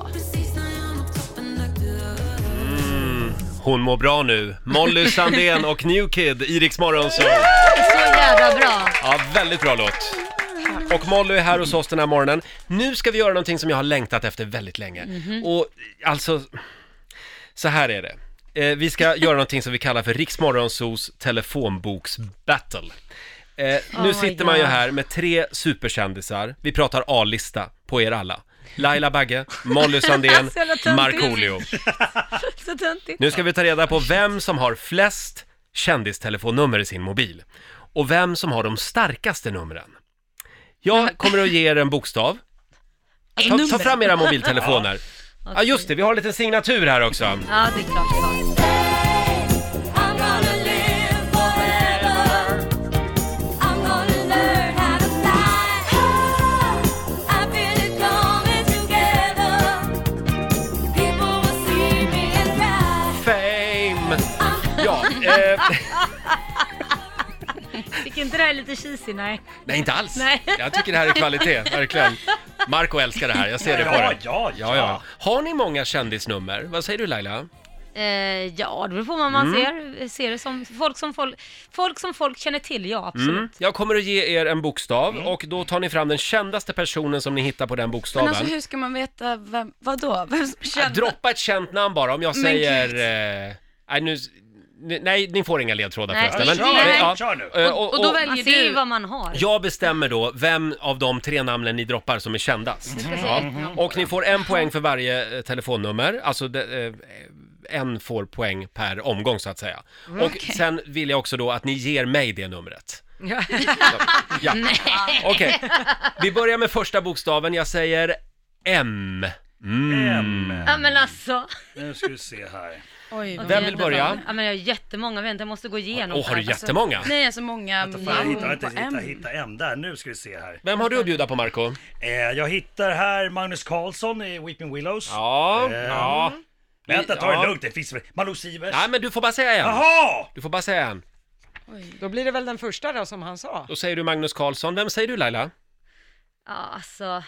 Mm, hon mår bra nu. Molly Sandén och New Kid i Rix Morgon så. Så jävla bra. Ja, väldigt bra låt. Och Molly är här hos oss den här morgonen. Nu ska vi göra någonting som jag har längtat efter väldigt länge. Och alltså, så här är det. Eh, vi ska göra någonting som vi kallar för Rix Morgonzos telefonboksbattle. Eh, Oh nu my sitter man ju God. här med tre superkändisar. Vi pratar A-lista på er alla. Laila Bagge, Molly Sandén, Så jävla töntigt. Markoolio. Så töntigt. Nu ska vi ta reda på vem som har flest kändistelefonnummer i sin mobil. Och vem som har de starkaste numren. Jag kommer att ge er en bokstav. Ta, ta fram era mobiltelefoner. Ja just det, vi har en liten signatur här också. Ja, det är klart vi har. Fame! Ja, eh, Tycker inte det här är lite cheesy? Nej. nej inte alls. Nej. Jag tycker det här är kvalitet, verkligen. Marco älskar det här, jag ser det på Ja, dig. ja, Ja, ja. Har ni många kändisnummer? Vad säger du Laila? Eh, ja, det beror på vad man Mm. ser. Ser det som folk som folk, folk som folk känner till, ja absolut. Mm. Jag kommer att ge er en bokstav och då tar ni fram den kändaste personen som ni hittar på den Men bokstaven. alltså hur ska man veta vem, vadå? Vem som Ja, känner? droppa ett känt namn bara, om jag Men säger... gud. Eh, nej, nu, nej, ni får inga ledtrådar Nej, förresten. kör nu, ja, kör nu. eh, Och- och då väljer Man ser ju du- vad man har. Jag bestämmer då vem av de tre namnen ni droppar som är kändast. Du ska se. Ja. Ja. Och ni får en poäng för varje eh, telefonnummer, alltså det, eh, en får poäng per omgång så att säga. Och Okej. sen vill jag också då att ni ger mig det numret. Ja. Ja. Okej, vi börjar med första bokstaven, jag säger M. Mm. M. Ja men alltså. Nu ska vi se här. Oj, vad Vem vill jättebra. börja? Ja men jag har jättemånga, vänta jag måste gå igenom. Åh, har du här. jättemånga? Nej, alltså många Vänta, fan, jag hittar namn inte, på hitta, M. hitta en där. Nu ska vi se här. Vem har du att bjuda på Marco? Eh, jag hittar här Magnus Carlsson i Weeping Willows. Ja, Eh, ja. Vänta, ta Ja. det lugnt. Det finns väl... Malou Sivers. Nej men du får bara säga en. Jaha! Du får bara säga en. Då blir det väl den första då som han sa. Då säger du Magnus Carlsson. Vem säger du Laila? Ja alltså.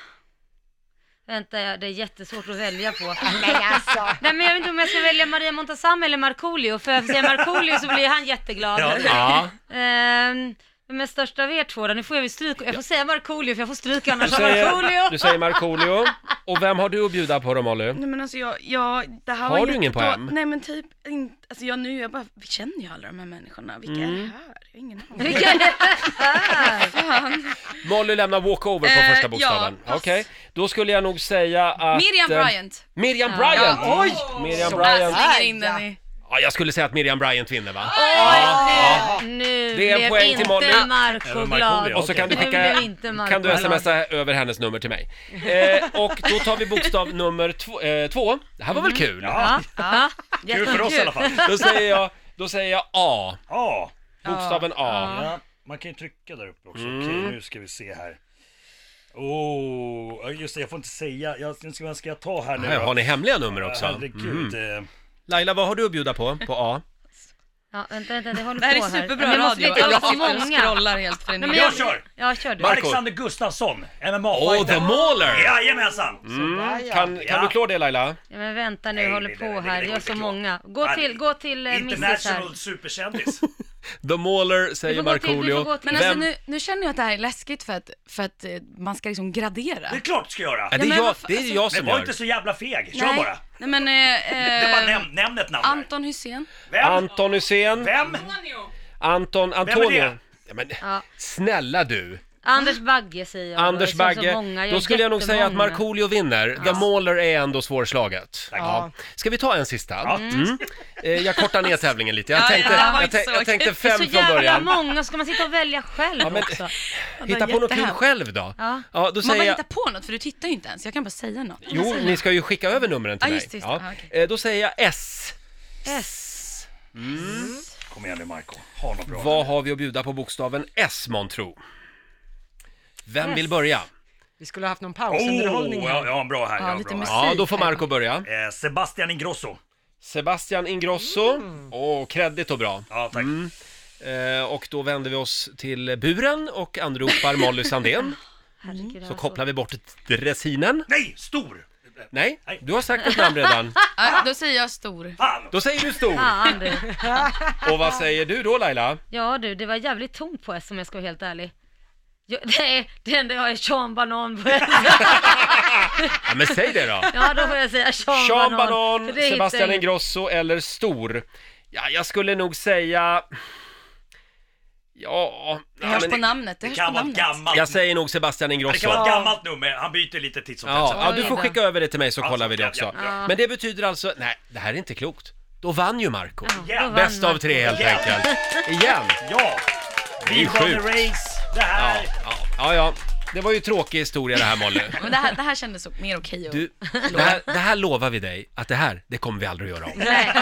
Vänta, jag- det är jättesvårt att välja på. Nej alltså. Nej men jag vet inte om jag ska välja Maria Montazam eller Markoolio. För jag säger Markoolio så blir han jätteglad. Ja. Ja. Ehm, men största av er två då, nu får jag väl stryk. Jag får säga Markoolio för jag får stryka Du annars. säger, Markoolio. du säger Markoolio. Och vem har du att bjuda på då Molly? Nej men alltså jag, jag det här Har var du ingen på jättedå- M? Nej men typ inte, alltså jag nu, jag bara, vi känner ju alla de här människorna, vilka är det här? Jag har ingen aning. Vilka är det här? Fan. Molly lämnar walkover på Eh, första bokstaven. ja, pass. Okej, då skulle jag nog säga att... Miriam eh, Bryant. Miriam Ja. Bryant! Ja. Oj! Miriam Jag Bryant. slänger in den i... Ja, jag skulle säga att Miriam Bryant vinner va? Nu, nu Det är en blev poäng till Molly. inte Marco Även glad. Markoolio. Och så kan du Nu skicka... blev inte Marco Kan du glad. smsa över hennes nummer till mig. Eh, och då tar vi bokstav nummer två. Eh, två. Det här var väl kul? Ja, Ja, ja. kul för oss i alla fall. Då säger jag, då säger jag A. Ja. Bokstaven A. Ja, man kan ju trycka där uppe också. Mm. Okej, nu ska vi se här. Oh, just det, jag får inte säga. Jag, nu ska, vad ska jag ta här nu Här, då? har ni hemliga nummer också? Herregud. Mm. eh, Laila, vad har du att bjuda på? På A? Ja, vänta, vänta, det håller Det här på är här. superbra Men jag måste radio. veta, Alla jag har sitter och många. scrollar helt Nej, men frenetiskt. Jag kör! Ja, kör du. Marco. Alexander Gustafsson, M M Åh, A-fighter. The Mauler! Jajamensan! Mm. Sådär, ja. Kan, kan Ja. du klå det Laila? Ja, men vänta nu, Nej, jag håller nej, på nej, nej, här. det Jag går har inte så klart. många. Gå Nej. till, gå till eh, Missis här. International superkändis. The Mauler Du säger får gå till, du får Markoolio. gå till. Men alltså Vem- nu, nu känner jag att det här är läskigt för att, för att eh, man ska liksom gradera. Det är klart du ska göra. Ja, det är men jag, vad fan, det är alltså- jag Men som var gör. inte så jävla feg, kör Nej. bara. Nej men, eh, Det är bara eh, näm, nämn ett namn där. Anton Hysén. Vem? Anton Hysén. Vem? Anton, är Antonio. det? Ja, men, Ja. snälla du. Anders Bagge säger jag. Anders Jag har så Bagge. många, jag Då har skulle jag nog säga att jättemånga. Markoolio vinner. The Mauler är ändå svårslaget. Ja. Ska vi ta en sista? Ja. Mm. Eh, Jag kortar ner tävlingen lite. Jag Ja, tänkte, ja, det var jag, inte tän- så jag tänkte kul. Det är fem så från jävla början. många, ska man sitta och välja själv Ja, men- också? Hitta på något kul jättehemskt. själv då. Ja. Ja, då Man säger bara jag... hitta på något för du tittar ju inte ens, jag kan bara säga något. Jo, ni ska ju skicka över numren till Ja, mig. just det, just det. Ja. Ja, okej. Eh, Då säger jag S. S. Kom igen nu Marco, ha något bra. Vad har vi att bjuda på bokstaven S, månntro? Vem S. vill börja? Vi skulle ha haft någon Oh, pausunderhållning ja, här. ja, bra här. Ja, Ja, lite bra musik. här. Ja, då får Marco börja. Eh, Sebastian Ingrosso. Sebastian Ingrosso. Åh, kreddigt och bra. Ja, tack. Eh, och då vänder vi oss till buren och anropar Molly Sandén. Herregud, Så kopplar vi bort dressinen. Nej, stor! Nej, du har sagt ett namn redan. Ja, då säger jag stor. Fan! Då säger du stor. Fan du. Och vad säger du då Laila? Ja du, det var jävligt tomt på S om jag ska vara helt ärlig. Jag, det, är, det enda jag är Sean Banan på S. Ja, men säg det då. Ja, då får jag säga Sean, Sean Banan. Banan, För det hittar Sebastian jag- Ingrosso eller stor? Ja, jag skulle nog säga... Ja, Det hörs men på namnet, det Det hörs kan på vara namnet. gammalt. jag säger nog Sebastian Det Ingrosso. kan vara ett gammalt nummer, han byter lite titt som tätt. Ja, så- ja, du får skicka över det till mig så Ja, kollar så- vi det ja, också. ja, ja. Men det betyder alltså, nej, det här är inte klokt. Då vann ju Marco. då vann Bäst av Marco. tre helt Igen. enkelt. Igen. Ja! Det är Vi vann sjukt. race, det Ja, här... ja, ja, ja. Det var ju tråkig historia det här, Molly. Men det här, det här kändes så- mer okej att... Du, det här, det här lovar vi dig, att det här, det kommer vi aldrig att göra om. Nej,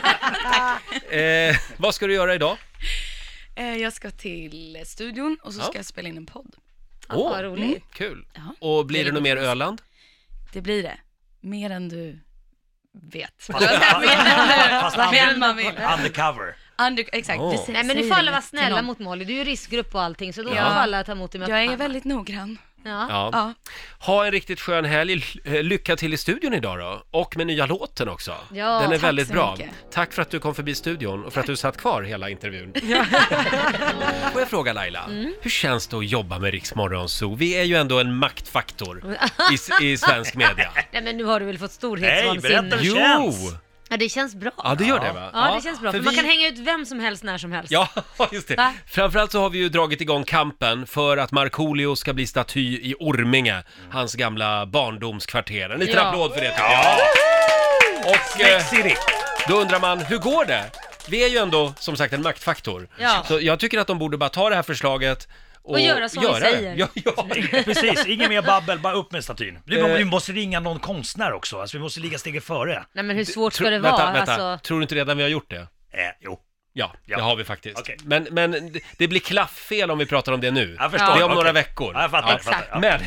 okej. Eh, vad ska du göra idag? Eh, Jag ska till studion och så Ja. ska jag spela in en podd. Åh, vad roligt. mm, kul. Ja. Och blir det något mer Öland? Det blir det. Mer än du vet. Fast- Mer än fast du- mer än under- man vill. Undercover. Under, exakt, Åh. precis. Nej men nu Säg får det alla vara till snälla någon. mot Molly, du är ju riskgrupp och allting så då Ja. får alla ta emot dig med Jag är öppna väldigt noggrann. Ja. Ja. Ja. Ha en riktigt skön helg. Eh, Lycka till i studion idag då. Och med nya låten också. Ja, Den är tack väldigt så bra. mycket. Tack för att du kom förbi studion och för att du satt kvar hela intervjun. Får jag fråga Laila, Mm. hur känns det att jobba med Rix Morgon Zoo? Vi är ju ändå en maktfaktor i, s- i svensk media. Nej men nu har du väl fått Nej, storhetsvansinne. berätta hur Jo! det känns. Ja det känns bra. Ja, det gör det va? Ja, det känns bra, för, för man vi- kan hänga ut vem som helst när som helst. Ja, just det. Va? Framförallt så har vi ju dragit igång kampen för att Markoolio ska bli staty i Orminge, hans gamla barndomskvarter. En liten Ja. applåd för det tycker jag. Och eh, City. då undrar man, hur går det? Vi är ju ändå, som sagt, en maktfaktor. Ja. Så jag tycker att de borde bara ta det här förslaget och, Och göra som vi det. säger. Ja, ja. Precis, ingen mer babbel, bara upp med statyn. Vi, Eh. vi måste ringa någon konstnär också, alltså vi måste ligga steget före. Nej men hur svårt ska Tro- det vara? Vänta, vänta. Alltså, Tror du inte redan vi har gjort det? Eh, jo. Ja, Ja. det har vi faktiskt. Okej. Men, men det- det blir klafffel om vi pratar om det nu. Jag förstår. Det är om Okej. några veckor. Ja, jag fattar. Jag Exakt. fattar. Ja. Men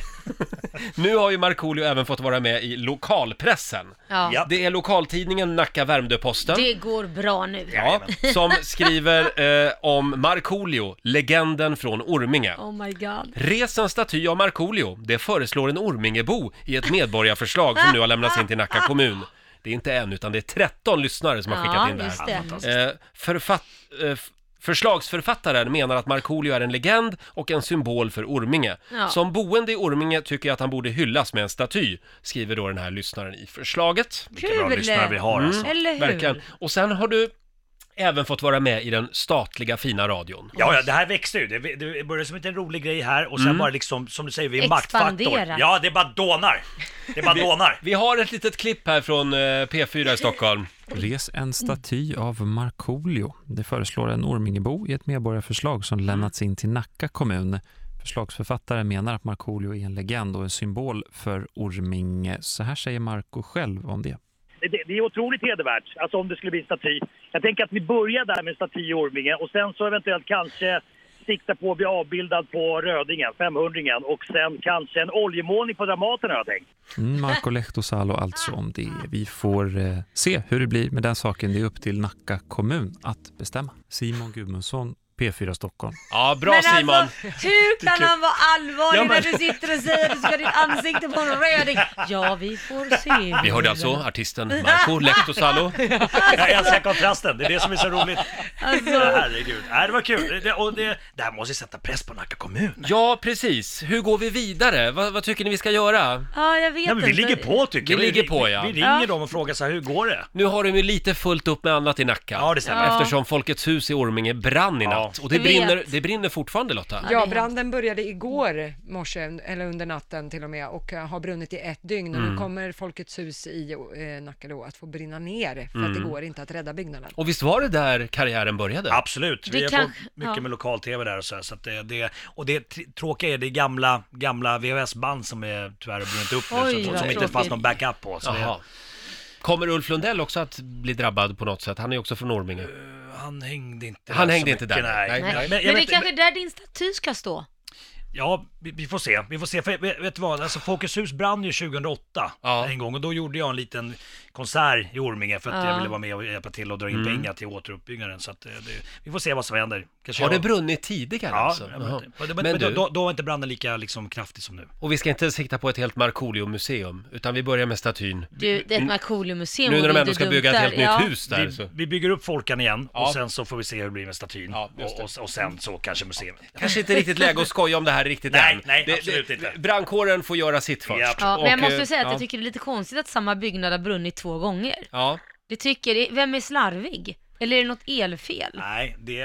nu har ju Markoolio även fått vara med i lokalpressen. ja. Ja. Det är lokaltidningen Nacka Värmdö-Posten. Det går bra nu. Ja, som skriver eh, om Markoolio, legenden från Orminge. Oh my god. Res en staty av Markoolio, det föreslår en Ormingebo i ett medborgarförslag som nu har lämnats in till Nacka kommun. Det är inte en, utan det är tretton lyssnare som har skickat Ja, in det just här. det. Eh, författ, eh, f- förslagsförfattaren menar att Markoolio är en legend och en symbol för Orminge. Ja. Som boende i Orminge tycker jag att han borde hyllas med en staty, skriver då den här lyssnaren i förslaget. Vilka bra Kul. lyssnare vi har alltså. Eller hur? Verkligen. Och sen har du även fått vara med i den statliga fina radion. Ja, ja, det här växte ju. Det, det började som en rolig grej här och sen Mm. bara liksom, som du säger, vi är Expandera. maktfaktor. Ja, det är bara dånar. Det är bara dånar. Vi har ett litet klipp här från eh, P fyra i Stockholm. Res en staty av Markoolio. Det föreslår en Ormingebo i ett medborgarförslag som lämnats in till Nacka kommun. Förslagsförfattaren menar att Markoolio är en legend och en symbol för Orminge. Så här säger Marco själv om det. Det, det är otroligt hedervärt, alltså om det skulle bli en staty. Jag tänker att vi börjar där med en staty i Orminge och sen så eventuellt kanske sikta på att bli avbildad på Rödingen, femhundringen, och sen kanske en oljemålning på Dramaten har jag tänkt. Mm, Marco Lehtosalo alltså om det. Vi får eh, se hur det blir med den saken. Det är upp till Nacka kommun att bestämma. Simon Gudmundsson, P fyra Stockholm. Ja, bra Men Simon! alltså, hur kan han vara allvarlig Ja, men- när du sitter och säger att du ska ha ditt ansikte på en röding? Ja, vi får se. Vi hörde alltså artisten Marco Lehtosalo. Jag älskar kontrasten, det är det som är så roligt. Alltså, Herregud, äh, det var kul. Det, och det, det här måste ju sätta press på Nacka kommun. Ja, precis. Hur går vi vidare? Vad, vad tycker ni vi ska göra? ja, jag vet Ja, men vi inte. ligger på tycker Vi jag. ligger på, ja. Vi, vi ringer dem och frågar så här, hur går det? Nu har de ju lite fullt upp med annat i Nacka. Ja, det stämmer. Ja. Eftersom Folkets hus i Orminge brann i Ja. natt. Och det Jag brinner, vet. det brinner fortfarande, Lotta. det är Ja, hemskt. branden började igår morse, eller under natten till och med, och eh, har brunnit i ett dygn. Och Mm. nu kommer Folkets hus i eh, Nacka då att få brinna ner, för att Mm. det går inte att rädda byggnaden. Och visst var det där karriären började? Absolut, vi Det har kan- fått mycket ja. med lokal-tv där och så, här, så att det, det, och det tr- tråkiga är det gamla, gamla V H S-band som är tyvärr har brunnit upp nu, Oj, som, vad som inte tråkigt. fanns någon backup på. Så Jaha. Kommer Ulf Lundell också att bli drabbad på något sätt? Han är ju också från Orminge. det, han hängde inte Han där hängde så inte mycket, där, Nej. nej. Nej. Nej. Men, jag Men det är vet, kanske där din staty ska stå. Ja, vi, vi får se. Vi får se. För, vet, vet du vad? Alltså, Folkets hus brann ju tjugohundraåtta Ja. en gång och då gjorde jag en liten konsert i Orminge för att Ja. jag ville vara med och hjälpa till och dra in Mm. pengar till återuppbyggnaden. Så att, eh, det, vi får se vad som händer. Kanske Har det jag- brunnit tidigare Ja, alltså? men, Jaha. men, men, Men men du- då, då var inte branden lika liksom, kraftig som nu. Och vi ska inte sikta på ett helt Markoolio-museum, utan vi börjar med statyn. Du, det är ett Markoolio-museum. Nu när de vore ändå inte ska dumt bygga ett där. helt Ja. nytt hus där. Vi, Så. vi bygger upp Folkan igen Ja. och sen så får vi se hur det blir med statyn. Ja, just och, det. och, och sen så kanske museet. Kanske inte riktigt läge att skoja om det här riktigt Nej, än. nej, Det- absolut det- inte. Brandkåren får göra sitt först. Ja. Ja, men jag Och, måste eh, säga att ja. jag tycker det är lite konstigt att samma byggnad har brunnit två gånger. Ja, Det tycker, vem är slarvig? Eller är det något elfel? Nej, det,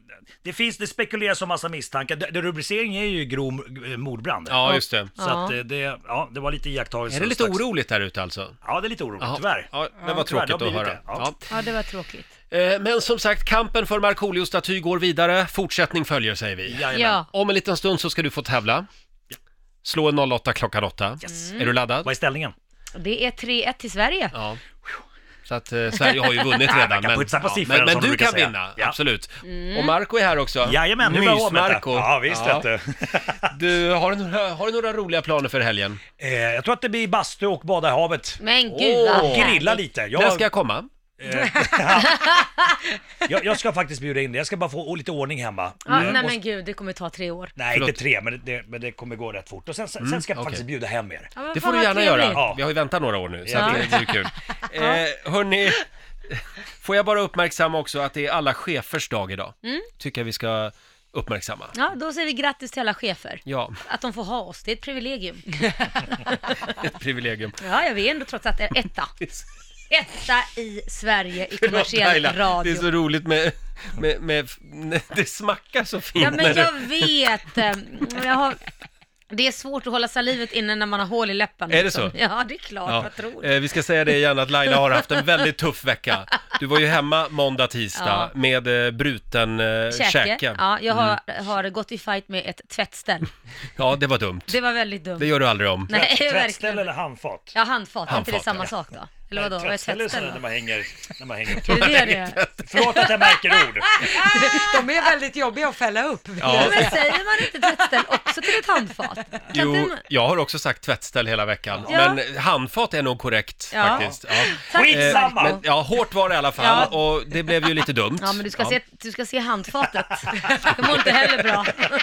det finns, det spekuleras om massa misstankar. Det, det rubriceringen är ju grov eh, mordbrand. Ja, just det. Så Ja. att eh, det, ja, det var lite iakttagelse. Är det lite oroligt där ute alltså? Ja, det är lite oroligt, Jaha. tyvärr. Ja, det Ja, var tyvärr, tråkigt det har att blivit höra. det. Ja. Ja, det var tråkigt. Eh, Men som sagt, kampen för Markoolio-staty går vidare. Fortsättning följer, säger vi. Jajamän. Ja. Om en liten stund så ska du få tävla. Slå en noll åtta klockan åtta. Yes. Är du laddad? Vad är ställningen? Det är tre ett till Sverige. Ja. Så att eh, Sverige har ju vunnit redan. Man kan Men, putsa på ja, siffrorna, men, men som de du brukar kan säga. vinna, Ja. absolut. Mm. Och Marco är här också. Jajamän, nu är jag Mys-Marco. Ja, visst Ja. vet du. Du, har du, några, har du några roliga planer för helgen? Eh, jag tror att det blir bastu och bada i havet. Men gud Åh, vad Och grilla härligt. lite. När Jag, ska jag komma? eh, jag, jag ska faktiskt bjuda in det. Jag ska bara få lite ordning hemma. Ja, Eh, nej och- men gud, det kommer ta tre år. Nej, Förlåt. inte tre, men det, men det kommer gå rätt fort. Och sen, sen ska jag okej. faktiskt bjuda hem er. Ja, men Det fan får du vad gärna trevligt. göra. Ja. Vi har ju väntat några år nu, så Ja. att det, det är kul. Eh, hörni, får jag bara uppmärksamma också att det är alla chefers dag idag. Mm. Tycker jag vi ska uppmärksamma. Ja, då säger vi grattis till alla chefer. Ja, Att de får ha oss, det är ett privilegium. ett privilegium. Ja, jag vet ändå trots att det är etta. Etta i Sverige i Förlåt, kommersiell Laila, radio. det är så roligt med, med, med, det smackar så fint Ja, när men du... jag vet. eh, Jag har... Det är svårt att hålla salivet inne när man har hål i läppen. Är det så? Ja, det är klart. Ja. Vad tror Eh, du? vi ska säga det igen att Laila har haft en väldigt tuff vecka. Du var ju hemma måndag, tisdag Ja. med eh, bruten eh, Käke. käke. Ja, jag har, Mm. har gått i fight med ett tvättställ. Ja, det var dumt. Det var väldigt dumt. Det gör du aldrig om. Nej, Tvättställ verkligen. eller handfat? Ja, handfat. Är inte det Handfat, samma ja. sak då? Eller vadå? Vad är Tvättställ är tvättställ sådär när då? man hänger, när man hänger Är det det det är? Förlåt att jag märker ord. De är väldigt jobbiga att fälla upp. Ja. Men säger man inte tvättställ också till ett handfat? Kan Jo, inte- jag har också sagt tvättställ hela veckan. Ja. Men handfat är nog korrekt Ja. faktiskt. Ja. Tack. Skitsamma. Men, ja, hårt var det i alla fall och det blev ju lite dumt. Ja, men du ska, Ja. se, du ska se handfatet. Det mår inte heller bra.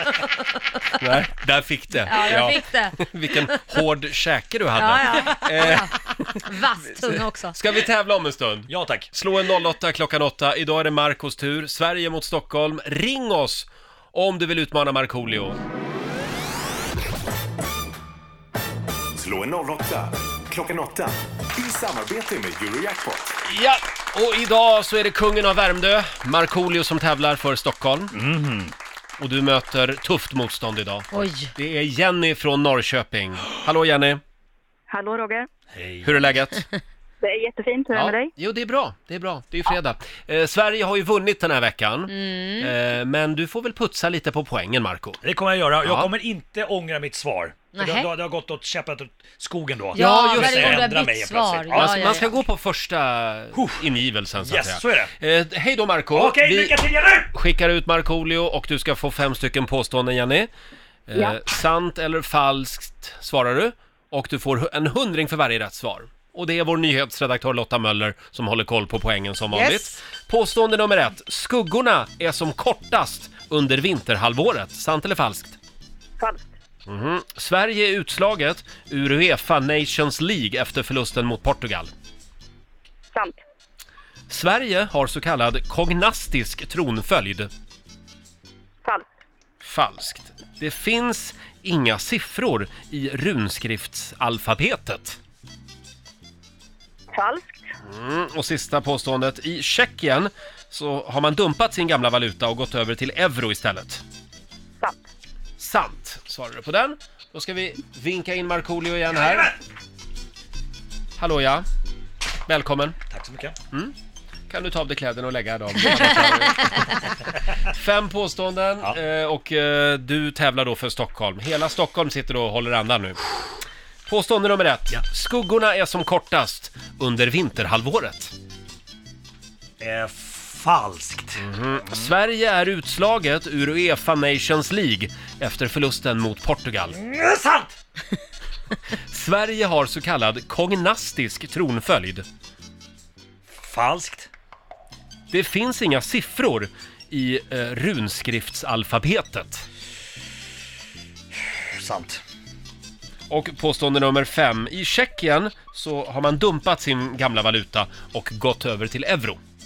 Nej, där fick det. Ja, jag fick det. Vilken hård käke du Ja, hade. ja. Eh, Vass tunga också. ska vi tävla om en stund? Ja, tack. Slå en noll åtta klockan åtta. Idag är det Marcos tur. Sverige mot Stockholm. Ring oss om du vill utmana Markoolio. Slå en noll åtta klockan åtta i samarbete med Eurojackpot. Ja, och idag så är det kungen av Värmdö, Markoolio, som tävlar för Stockholm. Mhm. Och du möter tufft motstånd idag. Oj. Det är Jenny från Norrköping. Hallå Jenny, Hallå Roger. Hej. hur är läget? Det är jättefint. Hur är det med dig? Jo, det är bra. Det är bra. Det är ju fredag. Eh, Sverige har ju vunnit den här veckan. Mm. Eh, men du får väl putsa lite på poängen, Marco. Det kommer jag göra. Ja. Jag kommer inte ångra mitt svar. För Nähä. Det, det, det har gått åt käppet åt skogen då. Ja, just varje det. gång du Ändra har mig bytt plötsligt. svar. Ja, Ja, Alltså, ja, man ja. ska gå på första ingivelsen, så att Yes, säga. så är Eh, hej då Marco. Okej, Vi lycka till Jenny! skickar ut Markoolio och du ska få fem stycken påståenden, Jenny. Eh, Ja. Sant eller falskt svarar du. Och du får en hundring för varje rätt svar. Och det är vår nyhetsredaktör Lotta Möller som håller koll på poängen som vanligt. Yes. Påstående nummer ett. Skuggorna är som kortast under vinterhalvåret. Sant eller falskt? Falskt. Mhm. Sverige är utslaget ur UEFA Nations League efter förlusten mot Portugal. Sant. Sverige har så kallad kognastisk tronföljd. Falskt. Falskt. Det finns inga siffror i runskriftsalfabetet. Falskt. Mm. Och sista påståendet. I Tjeckien så har man dumpat sin gamla valuta och gått över till euro istället. Sant. Sant, svarar du på den. Då ska vi vinka in Markoolio igen här. Hallå ja. Välkommen. Tack så mycket. Kan du ta av dig kläderna och lägga dem? Fem påståenden Ja. eh, och eh, du tävlar då för Stockholm. Hela Stockholm sitter och håller andan nu. Påstående nummer ett. Ja. Skuggorna är som kortast under vinterhalvåret. Eh, falskt. Sverige är utslaget ur UEFA Nations League efter förlusten mot Portugal. Mm, sant! Sverige har så kallad kognastisk tronföljd. Falskt. Det finns inga siffror i eh, runskriftsalfabetet. Sant. Och påstående nummer fem. I Tjeckien så har man dumpat sin gamla valuta och gått över till euro.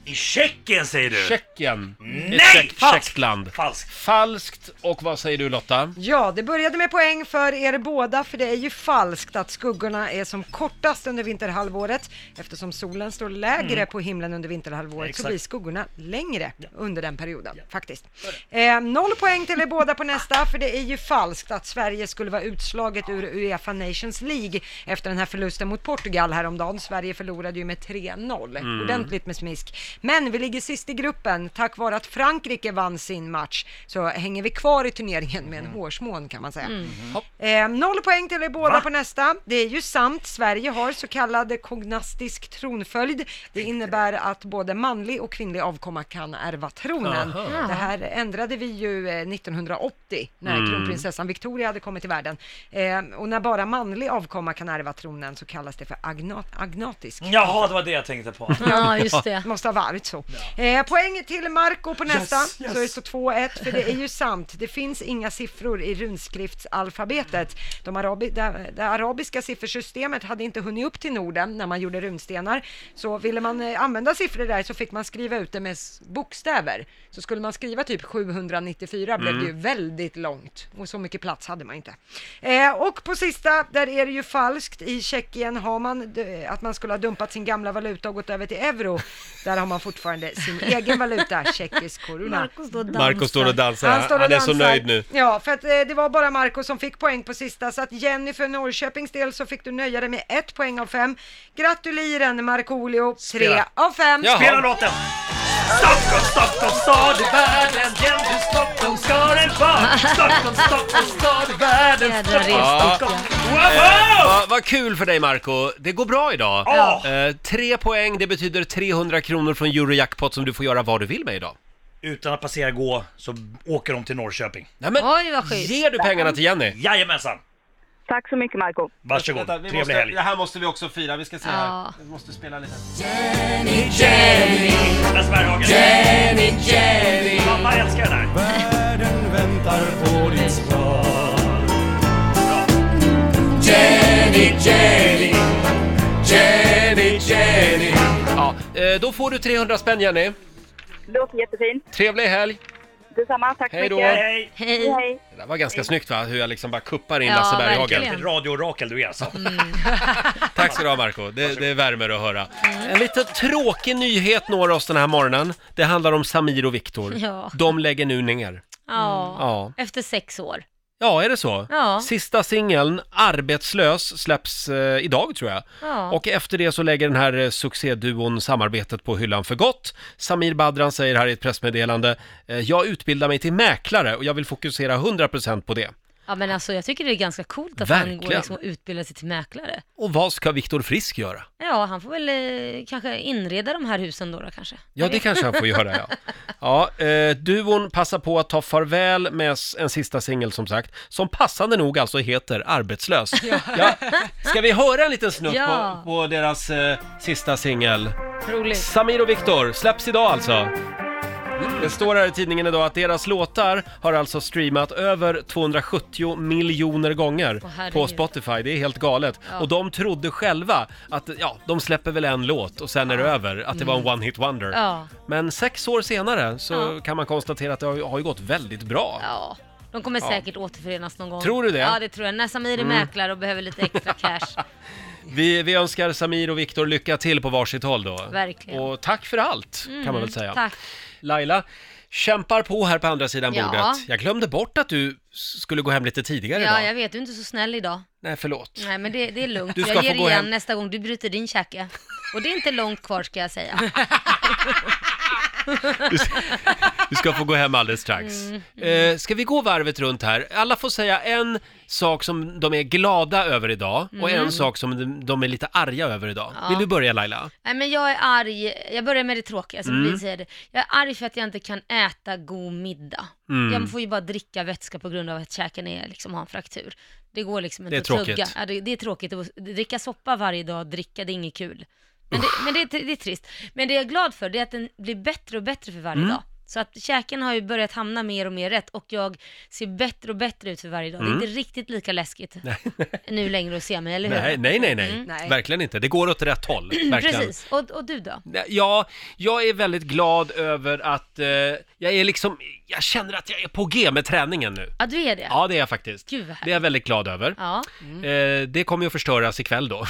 I Tjeckien säger du? Tjeckien. Nej! Ett tjeck- Falskt! Tjeckland. Falskt. Falskt. Och vad säger du Lotta? Ja, det började med poäng för er båda, för det är ju falskt att skuggorna är som kortast under vinterhalvåret. Eftersom solen står lägre Mm. på himlen under vinterhalvåret Exakt. så blir skuggorna längre under den perioden, faktiskt. Eh, noll poäng till er båda på nästa, för det är ju falskt att Sverige skulle vara utslaget ur UEFA Nations League efter den här förlusten mot Portugal häromdagen. Sverige förlorade ju med tre noll, Mm. ordentligt med smisk. Men vi ligger sist i gruppen tack vare att Frankrike vann sin match, så hänger vi kvar i turneringen med en hårsmån kan man säga. Mm. Eh, noll poäng till er båda Va? på nästa. Det är ju sant, Sverige har så kallad kognastisk tronföljd. Det innebär att både manlig och kvinnlig avkomma kan ärva tronen. Aha. Det här ändrade vi ju eh, nittonhundraåttio när Mm. kronprinsessan Victoria hade kommit till världen. Eh, och när bara manlig avkomma kan ärva tronen så kallas det för agnat agnatisk. Jaha, det var det jag tänkte på. Ja, just det. Måste ha varit så. Eh, poäng till Marco på nästa. Yes, yes. Så det står två ett, för det är ju sant. Det finns inga siffror i runskriftsalfabetet. De arabi- det, det arabiska siffersystemet hade inte hunnit upp till Norden när man gjorde runstenar. Så ville man eh, använda siffror där så fick man skriva ut det med s- bokstäver. Så skulle man skriva typ sjuhundranittiofyra blev det ju Mm. väldigt långt. Och så mycket plats hade man inte. Eh, och på sista, där är det ju falskt. I Tjeckien har man d- att man skulle ha dumpat sin gamla valuta och gått över till euro. Där har man fortfarande sin egen valuta, tjeckisk koruna. Marco står och Marco står och dansar. Han Han, står och är så dansar. nöjd nu. Ja, för att eh, det var bara Marco som fick poäng på sista, så att Jenny för Norrköpings del så fick du nöja dig med ett poäng av fem. Gratuliren Markoolio, tre Spela. av fem. Jaha. Spela låten! Stockholm, Stockholm, stad i världen, jämt i Stockholm ska den vara. Stockholm, Stockholm, stad i världen, Stockholm, Stockholm. Eh, vad, vad kul för dig Marco. Det går bra idag. Ja. Eh, tre poäng, det betyder trehundra kronor från Eurojackpot som du får göra vad du vill med idag. Utan att passera gå så åker de till Norrköping. Nej, men Oj, vad schysst. ger du pengarna till Jenny? Jajamensan! Tack så mycket Marco. Varsågod, Vänta, vi trevlig måste, helg. Det här måste vi också fira, vi ska se Ja. här. Vi måste spela lite. Jenny, Jenny! Där Sverhagen. Jenny, Jenny. Mamma älskar den här. Världen väntar på ditt svar. Jenny, Jenny. Jenny, Jenny. Ja, eh, då får du trehundra spänn Jenny. Det låter jättefint. Trevlig helg. Detsamma, tack så Hej då. mycket. Hej. Hej. Hej. Det där var ganska snyggt va, hur jag liksom bara kuppar in Ja, Lasse Berghagen. verkligen. Radio-Rakel du är alltså. Tack så du ha Marco, det, det värmer att höra. En lite tråkig nyhet når oss den här morgonen. Det handlar om Samir och Viktor. Ja. De lägger nu ner. Ja. Ja. Efter sex år. Ja, är det så? Ja. Sista singeln, Arbetslös, släpps eh, idag tror jag. Ja. Och efter det så lägger den här eh, succéduon samarbetet på hyllan för gott. Samir Badran säger här i ett pressmeddelande: eh, jag utbildar mig till mäklare och jag vill fokusera hundra procent på det. Ja, men alltså jag tycker det är ganska coolt att han går Verkligen. liksom och utbildar sig till mäklare. Och vad ska Viktor Frisk göra? Ja, han får väl eh, kanske inreda de här husen då, då kanske. Ja, det kanske han får göra, ja. Ja, eh, duon passar på att ta farväl med s- en sista singel som sagt, som passande nog alltså heter Arbetslös. Ja. Ska vi höra en liten snutt Ja. på, på deras eh, sista singel? Roligt. Samir och Viktor släpps idag alltså. Det står här i tidningen idag att deras låtar har alltså streamat över tvåhundrasjuttio miljoner gånger Åh, herregud. på Spotify. Det är helt galet. Ja. Och de trodde själva att ja, de släpper väl en låt och sen är det över. Att det var en one hit wonder. Ja. Men sex år senare så Ja. kan man konstatera att det har, har ju gått väldigt bra. Ja. De kommer Ja. säkert återförenas någon gång. Tror du det? Ja, det tror jag. När Samir är Mm. mäklare och behöver lite extra cash. Vi, vi önskar Samir och Viktor lycka till på varsitt håll då. Verkligen. Och tack för allt, kan man Mm, väl säga. tack. Laila, kämpar på här på andra sidan Ja. bordet. Jag glömde bort att du skulle gå hem lite tidigare Ja, idag. jag vet, du är inte så snäll idag. Nej, förlåt. Nej, men det, det är lugnt. Du ska Jag få ger gå igen hem. nästa gång du bryter din käke. Och det är inte långt kvar ska jag säga. Du ska, du ska få gå hem alldeles strax. Mm, Eh, ska vi gå varvet runt här? Alla får säga en sak som de är glada över idag och Mm. en sak som de- de är lite arga över idag. Ja. Vill du börja Laila? Nej, men jag är arg. Jag börjar med det tråkiga, som Mm. vi säger det. Jag är arg för att jag inte kan äta god middag. Mm. Jag får ju bara dricka vätska på grund av att käken är, liksom, har en fraktur. Det går liksom inte Det är att tråkigt. tugga. Ja, det, det är tråkigt att dricka soppa varje dag, dricka, det är inget kul. Men, det, men det, är, det är trist. Men det jag är glad för, det är att den blir bättre och bättre för varje Mm. dag. Så att käken har ju börjat hamna mer och mer rätt och jag ser bättre och bättre ut för varje dag. Mm. Det är inte riktigt lika läskigt nu längre att se mig, eller hur? Nej, nej, nej, nej. Mm. Nej. Verkligen inte. Det går åt rätt håll. Verkligen. Precis. Och, och du då? Ja, jag är väldigt glad över att eh, jag är liksom, jag känner att jag är på G med träningen nu. Ja, du är det? Ja, det är jag faktiskt. Gud, vad det är jag väldigt glad över. Ja. Eh, det kommer ju att förstöras ikväll då.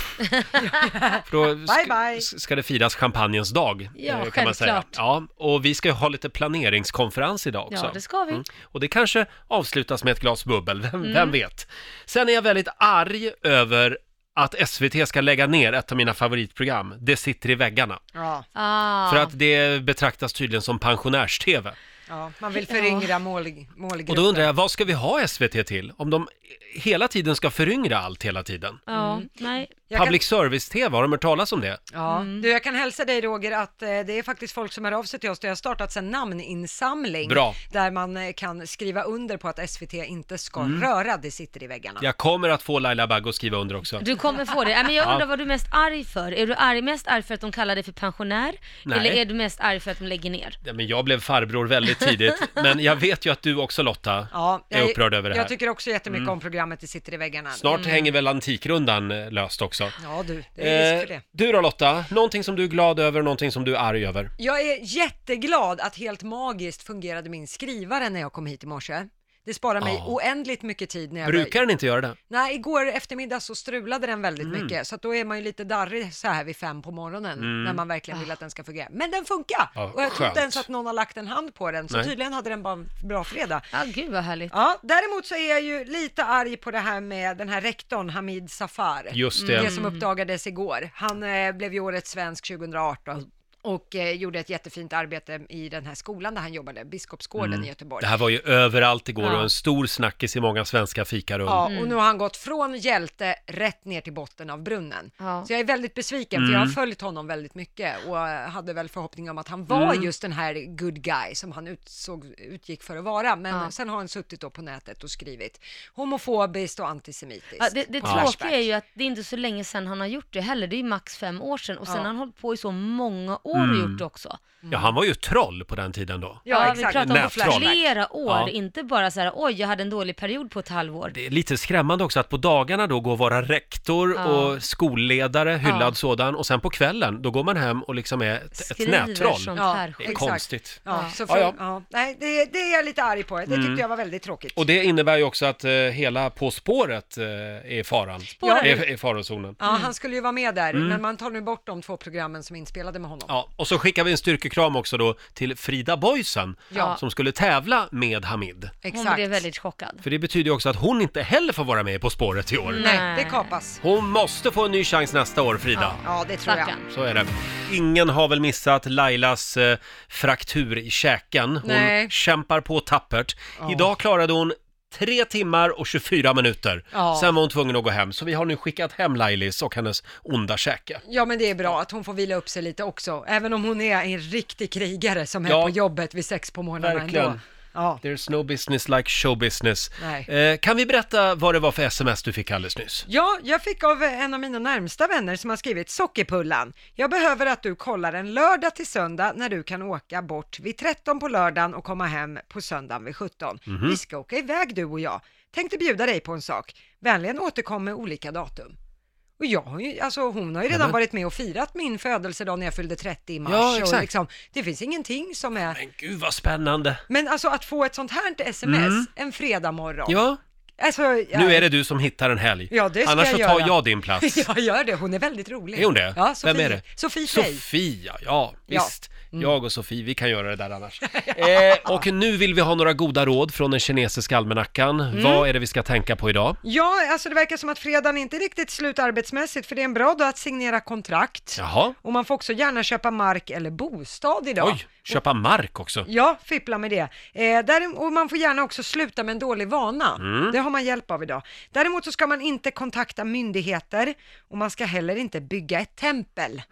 För då Bye, bye. ska, ska det firas champagnens dag, Ja, eh, kan man säga. självklart. Ja, och vi ska ju ha lite planeringskonferens idag också. Ja, det ska vi. Och det kanske avslutas med ett glas bubbel, vem, Mm. vem vet. Sen är jag väldigt arg över att S V T ska lägga ner ett av mina favoritprogram, Det sitter i väggarna. Ja. Ah. För att det betraktas tydligen som pensionärs-tv. Ja, man vill föryngra mål, målgruppen. Och då undrar jag, vad ska vi ha S V T till? Om de hela tiden ska föryngra allt hela tiden? Ja, nej. Jag kan- Public service-tv, har de hört talas om det? Ja, du, jag kan hälsa dig Roger att eh, det är faktiskt folk som hör av sig till oss. Det har startats en namninsamling Bra. där man eh, kan skriva under på att S V T inte ska Mm. röra Det sitter i väggarna. Jag kommer att få Laila Bagge att skriva under också. Du kommer få det. Nej, men jag undrar Ja. vad du är mest arg för. Är du arg, mest arg för att de kallar dig för pensionär? Nej. Eller är du mest arg för att de lägger ner? Ja, men jag blev farbror väldigt tidigt, men jag vet ju att du också, Lotta, Ja, är upprörd över det här. Jag tycker också jättemycket Mm. om programmet Det sitter i väggarna. Snart Mm. hänger väl Antikrundan eh, löst också. Ja du, det är risk för Eh, det. du då Lotta, någonting som du är glad över och någonting som du är arg över? Jag är jätteglad att helt magiskt fungerade min skrivare när jag kom hit i morse. Det sparar mig Ja. oändligt mycket tid när jag Brukar den inte göra det? Nej, igår eftermiddag så strulade den väldigt Mm. mycket, så att då är man ju lite darrig så här vid fem på morgonen Mm. när man verkligen vill att den ska fungera. Men den funkar! Ja, och jag tror skönt. inte ens att någon har lagt en hand på den, så Nej. tydligen hade den bara en bra fredag. Ja, gud vad härligt. Ja, däremot så är jag ju lite arg på det här med den här rektorn Hamid Safar. Just det. Det som uppdagades igår. Han eh, blev ju årets svensk tjugohundraarton. Och eh, gjorde ett jättefint arbete i den här skolan där han jobbade, Biskopsgården Mm. i Göteborg. Det här var ju överallt igår Ja. och en stor snackis i många svenska fikarum. Ja, och nu har han gått från hjälte rätt ner till botten av brunnen. Ja. Så jag är väldigt besviken, för Mm. jag har följt honom väldigt mycket och hade väl förhoppning om att han var Mm. just den här good guy som han utsåg, utgick för att vara. Men Ja. sen har han suttit då på nätet och skrivit homofobiskt och antisemitiskt. Ja, det det Och tråkiga flashback. är ju att det är inte så länge sedan han har gjort det heller. Det är ju max fem år sedan och sen Ja. har han hållit på i så många år Mm. och gjort det också. Ja, han var ju troll på den tiden då. Ja, vi exakt. pratar om Nättroll. flera år, Ja. inte bara så här, oj, jag hade en dålig period på ett halvår. Det är lite skrämmande också att på dagarna då går vara rektor Ja. och skolledare, hyllad Ja. sådan, och sen på kvällen då går man hem och liksom är ett, ett Skriver nättroll. sånt Ja, här Det skit. är exakt. konstigt. Ja, Ja. så för, Ja, ja, ja. nej, det, det är jag lite arg på. Det tyckte Mm. jag var väldigt tråkigt. Och det innebär ju också att eh, hela På spåret eh, är i faran. Ja. Är, är farozonen. Ja, han skulle ju vara med där, Mm. men man tar nu bort de två programmen som är inspelade med honom. Ja, och så skickar vi en styrkekram också då till Frida Boysen Ja. som skulle tävla med Hamid. Hon Exakt. blev väldigt chockad. För det betyder ju också att hon inte heller får vara med På spåret i år. Nej, Nej. det kapas. Hon måste få en ny chans nästa år, Frida. Ja, det tror jag. Stackarn. Så är det. Ingen har väl missat Lailas eh, fraktur i käken. Hon Nej. kämpar på tappert. Ja. Idag klarade hon tre timmar och tjugofyra minuter. Ja. Sen var hon tvungen att gå hem. Så vi har nu skickat hem Lailis och hennes onda käke. Ja, men det är bra att hon får vila upp sig lite också, även om hon är en riktig krigare som är Ja. på jobbet vid sex på morgonen Verkligen. ändå. Ja. There's no business like show business. Nej. Eh, kan vi berätta vad det var för sms du fick alldeles nyss? Ja, jag fick av en av mina närmsta vänner som har skrivit: Sockerpullan, jag behöver att du kollar en lördag till söndag när du kan åka bort vid tretton på lördagen och komma hem på söndagen vid sjutton. Mhm. Vi ska åka iväg du och jag. Tänkte bjuda dig på en sak. Vänligen återkom med olika datum. Och jag har ju, alltså hon har ju redan Nämen. varit med och firat min födelsedag när jag fyllde trettio i mars. Ja, exakt. Och liksom, det finns ingenting som är... Men gud vad spännande. Men alltså att få ett sånt här sms Mm. en fredag morgon. Ja, Alltså, jag... nu är det du som hittar en helg. Ja, det ska Annars jag så tar göra. jag din plats. Jag gör det, hon är väldigt rolig. Är hon det? Ja, Sofie. Vem är det? Sofie Frey. Sofia, ja visst. Mm. Jag och Sofie, vi kan göra det där annars. eh, och nu vill vi ha några goda råd från den kinesiska almanackan. Mm. Vad är det vi ska tänka på idag? Ja, alltså det verkar som att fredagen inte riktigt slut arbetsmässigt, för det är en bra dag att signera kontrakt. Jaha, Och man får också gärna köpa mark eller bostad idag. oj, köpa mark också. Ja, fippla med det. Eh, där, och man får gärna också sluta med en dålig vana. Mm. Det har man hjälp av idag. Däremot så ska man inte kontakta myndigheter och man ska heller inte bygga ett tempel.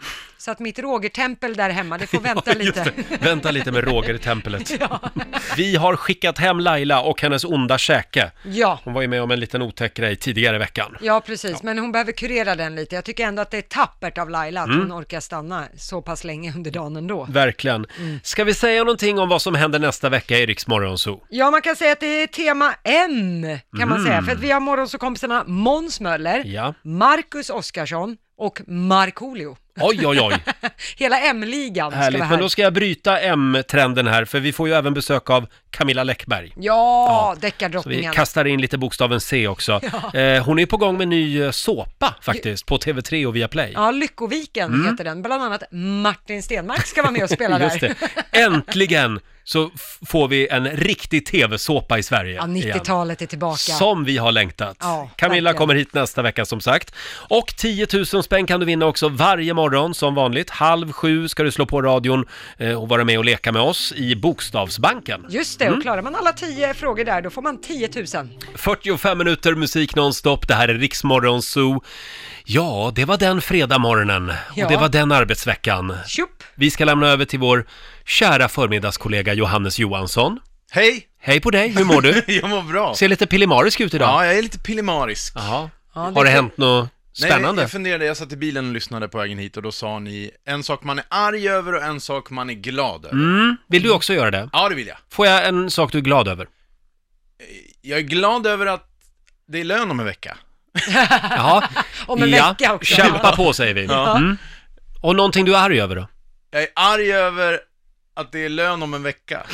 Så att mitt Roger-tempel där hemma, det får vänta lite. Vänta lite med Roger-tempelet. Ja. Vi har skickat hem Laila och hennes onda käke. Ja. Hon var ju med om en liten otäck grej tidigare i veckan. Ja, precis. Ja. Men hon behöver kurera den lite. Jag tycker ändå att det är tappert av Laila att mm. hon orkar stanna så pass länge under dagen ändå. Verkligen. Mm. Ska vi säga någonting om vad som händer nästa vecka i Rix Morgonzoo? Ja, man kan säga att det är tema M, kan mm. man säga. För att vi har morgonsåkompisarna Måns Möller, ja. Marcus Oskarsson och Markoolio. Oj, oj, oj. Hela M-ligan. Härligt, men då ska jag bryta M-trenden här, för vi får ju även besök av Camilla Läckberg. Ja, ja. Deckardrottningen. Så vi kastar in lite bokstaven C också. Ja. Eh, hon är på gång med en ny såpa faktiskt, på T V tre och Viaplay. Ja, Lyckoviken mm. heter den. Bland annat Martin Stenmark ska vara med och spela där. Just det. Äntligen så f- får vi en riktig tv-såpa i Sverige. Ja, nittiotalet igen. Är tillbaka. Som vi har längtat. Ja, Camilla verkligen. Kommer hit nästa vecka som sagt. Och tio tusen spänn kan du vinna också varje morgon som vanligt. Halv sju ska du slå på radion eh, och vara med och leka med oss i Bokstavsbanken. Just det, mm. och klarar man alla tio frågor där, då får man tio tusen. fyrtiofem minuter musik nonstop. Det här är Rix Morgonzoo. Ja, det var den fredagmorgonen ja. Och det var den arbetsveckan. Tjup. Vi ska lämna över till vår kära förmiddagskollega Johannes Johansson. Hej! Hej på dig, hur mår du? Jag mår bra. Ser lite pillemarisk ut idag. Ja, jag är lite pillemarisk. Jaha. Ja, det Har det för... hänt något spännande? Nej, jag funderade, jag satt i bilen och lyssnade på vägen hit och då sa ni en sak man är arg över och en sak man är glad över. Mm. Vill du också göra det? Ja, det vill jag. Får jag en sak du är glad över? Jag är glad över att det är lön om en vecka. Jaha. Om en ja. vecka också. Kämpa på, säger vi. Ja. Mm. Och någonting du är arg över då? Jag är arg över att det är lön om en vecka.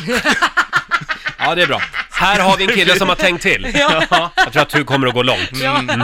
Ja, det är bra. Här har vi en kille som har tänkt till. Ja. Jag tror att du kommer att gå långt. Mm.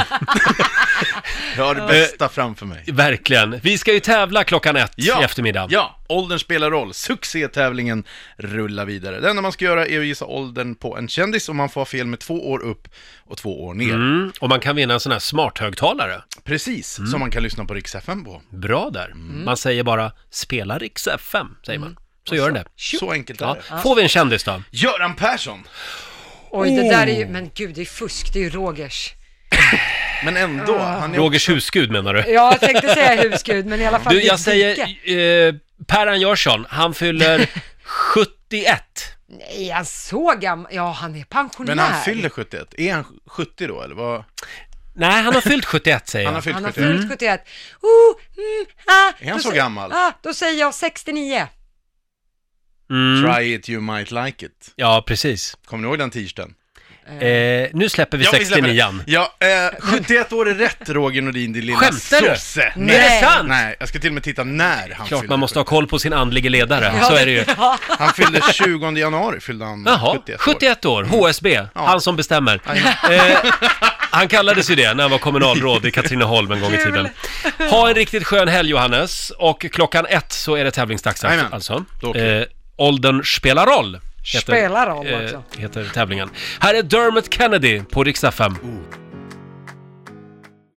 Jag har det bästa framför mig. Verkligen. Vi ska ju tävla klockan ett ja. i eftermiddag. Ja, åldern spelar roll. Succétävlingen rullar vidare. Det enda man ska göra är att gissa åldern på en kändis och man får ha fel med två år upp och två år ner. Mm. Och man kan vinna en sån här smart-högtalare. Precis, mm. som man kan lyssna på Rix F M på. Bra där. Mm. Man säger bara spela Rix F M, säger man. Så gör det. Så enkelt är ja. det. Får vi en kändis då? Göran Persson. Oj, det där är ju, men gud, det är fusk, det är ju Rogers. Men ändå, han är Rogers husgud menar du? Ja, jag tänkte säga husgud, men i alla fall. Du, jag säger eh, Per Jörsson, han fyller sjuttioett. Nej, han så gammal. Ja, han är pensionär. Men han fyller sjuttioett. Är han sjuttio då, eller vad? Nej, han har fyllt sjuttioett, säger jag. Han har fyllt han sjuttioett. Har fyllt sjuttioett. Uh, mm, ah, är han så se- gammal? Ah, då säger jag sextionio. Mm. Try it, you might like it. Ja, precis. Kommer ni ihåg den t-shirten? Eh, nu släpper vi ja, sextionio. Ja, eh, sjuttioett år är rätt, Roger Nordin, din lilla sosse. Nej. Är det sant? Nej, jag ska till och med titta när han Klart man måste ha koll på sin andlige ledare, ja, så är det ju. Han fyllde tjugonde januari, fyllde han Jaha, sjuttioett år. sjuttioett år, H S B, ja. Han som bestämmer. eh, han kallades ju det när han var kommunalråd i Katrineholm en gång i tiden. Ha en riktigt skön helg, Johannes. Och klockan ett så är det tävlingsdags alltså. Eh, åldern spelar roll. Heter, spelar roll också. Eh, heter tävlingen. Här är Dermot Kennedy på Rix F M. Oh.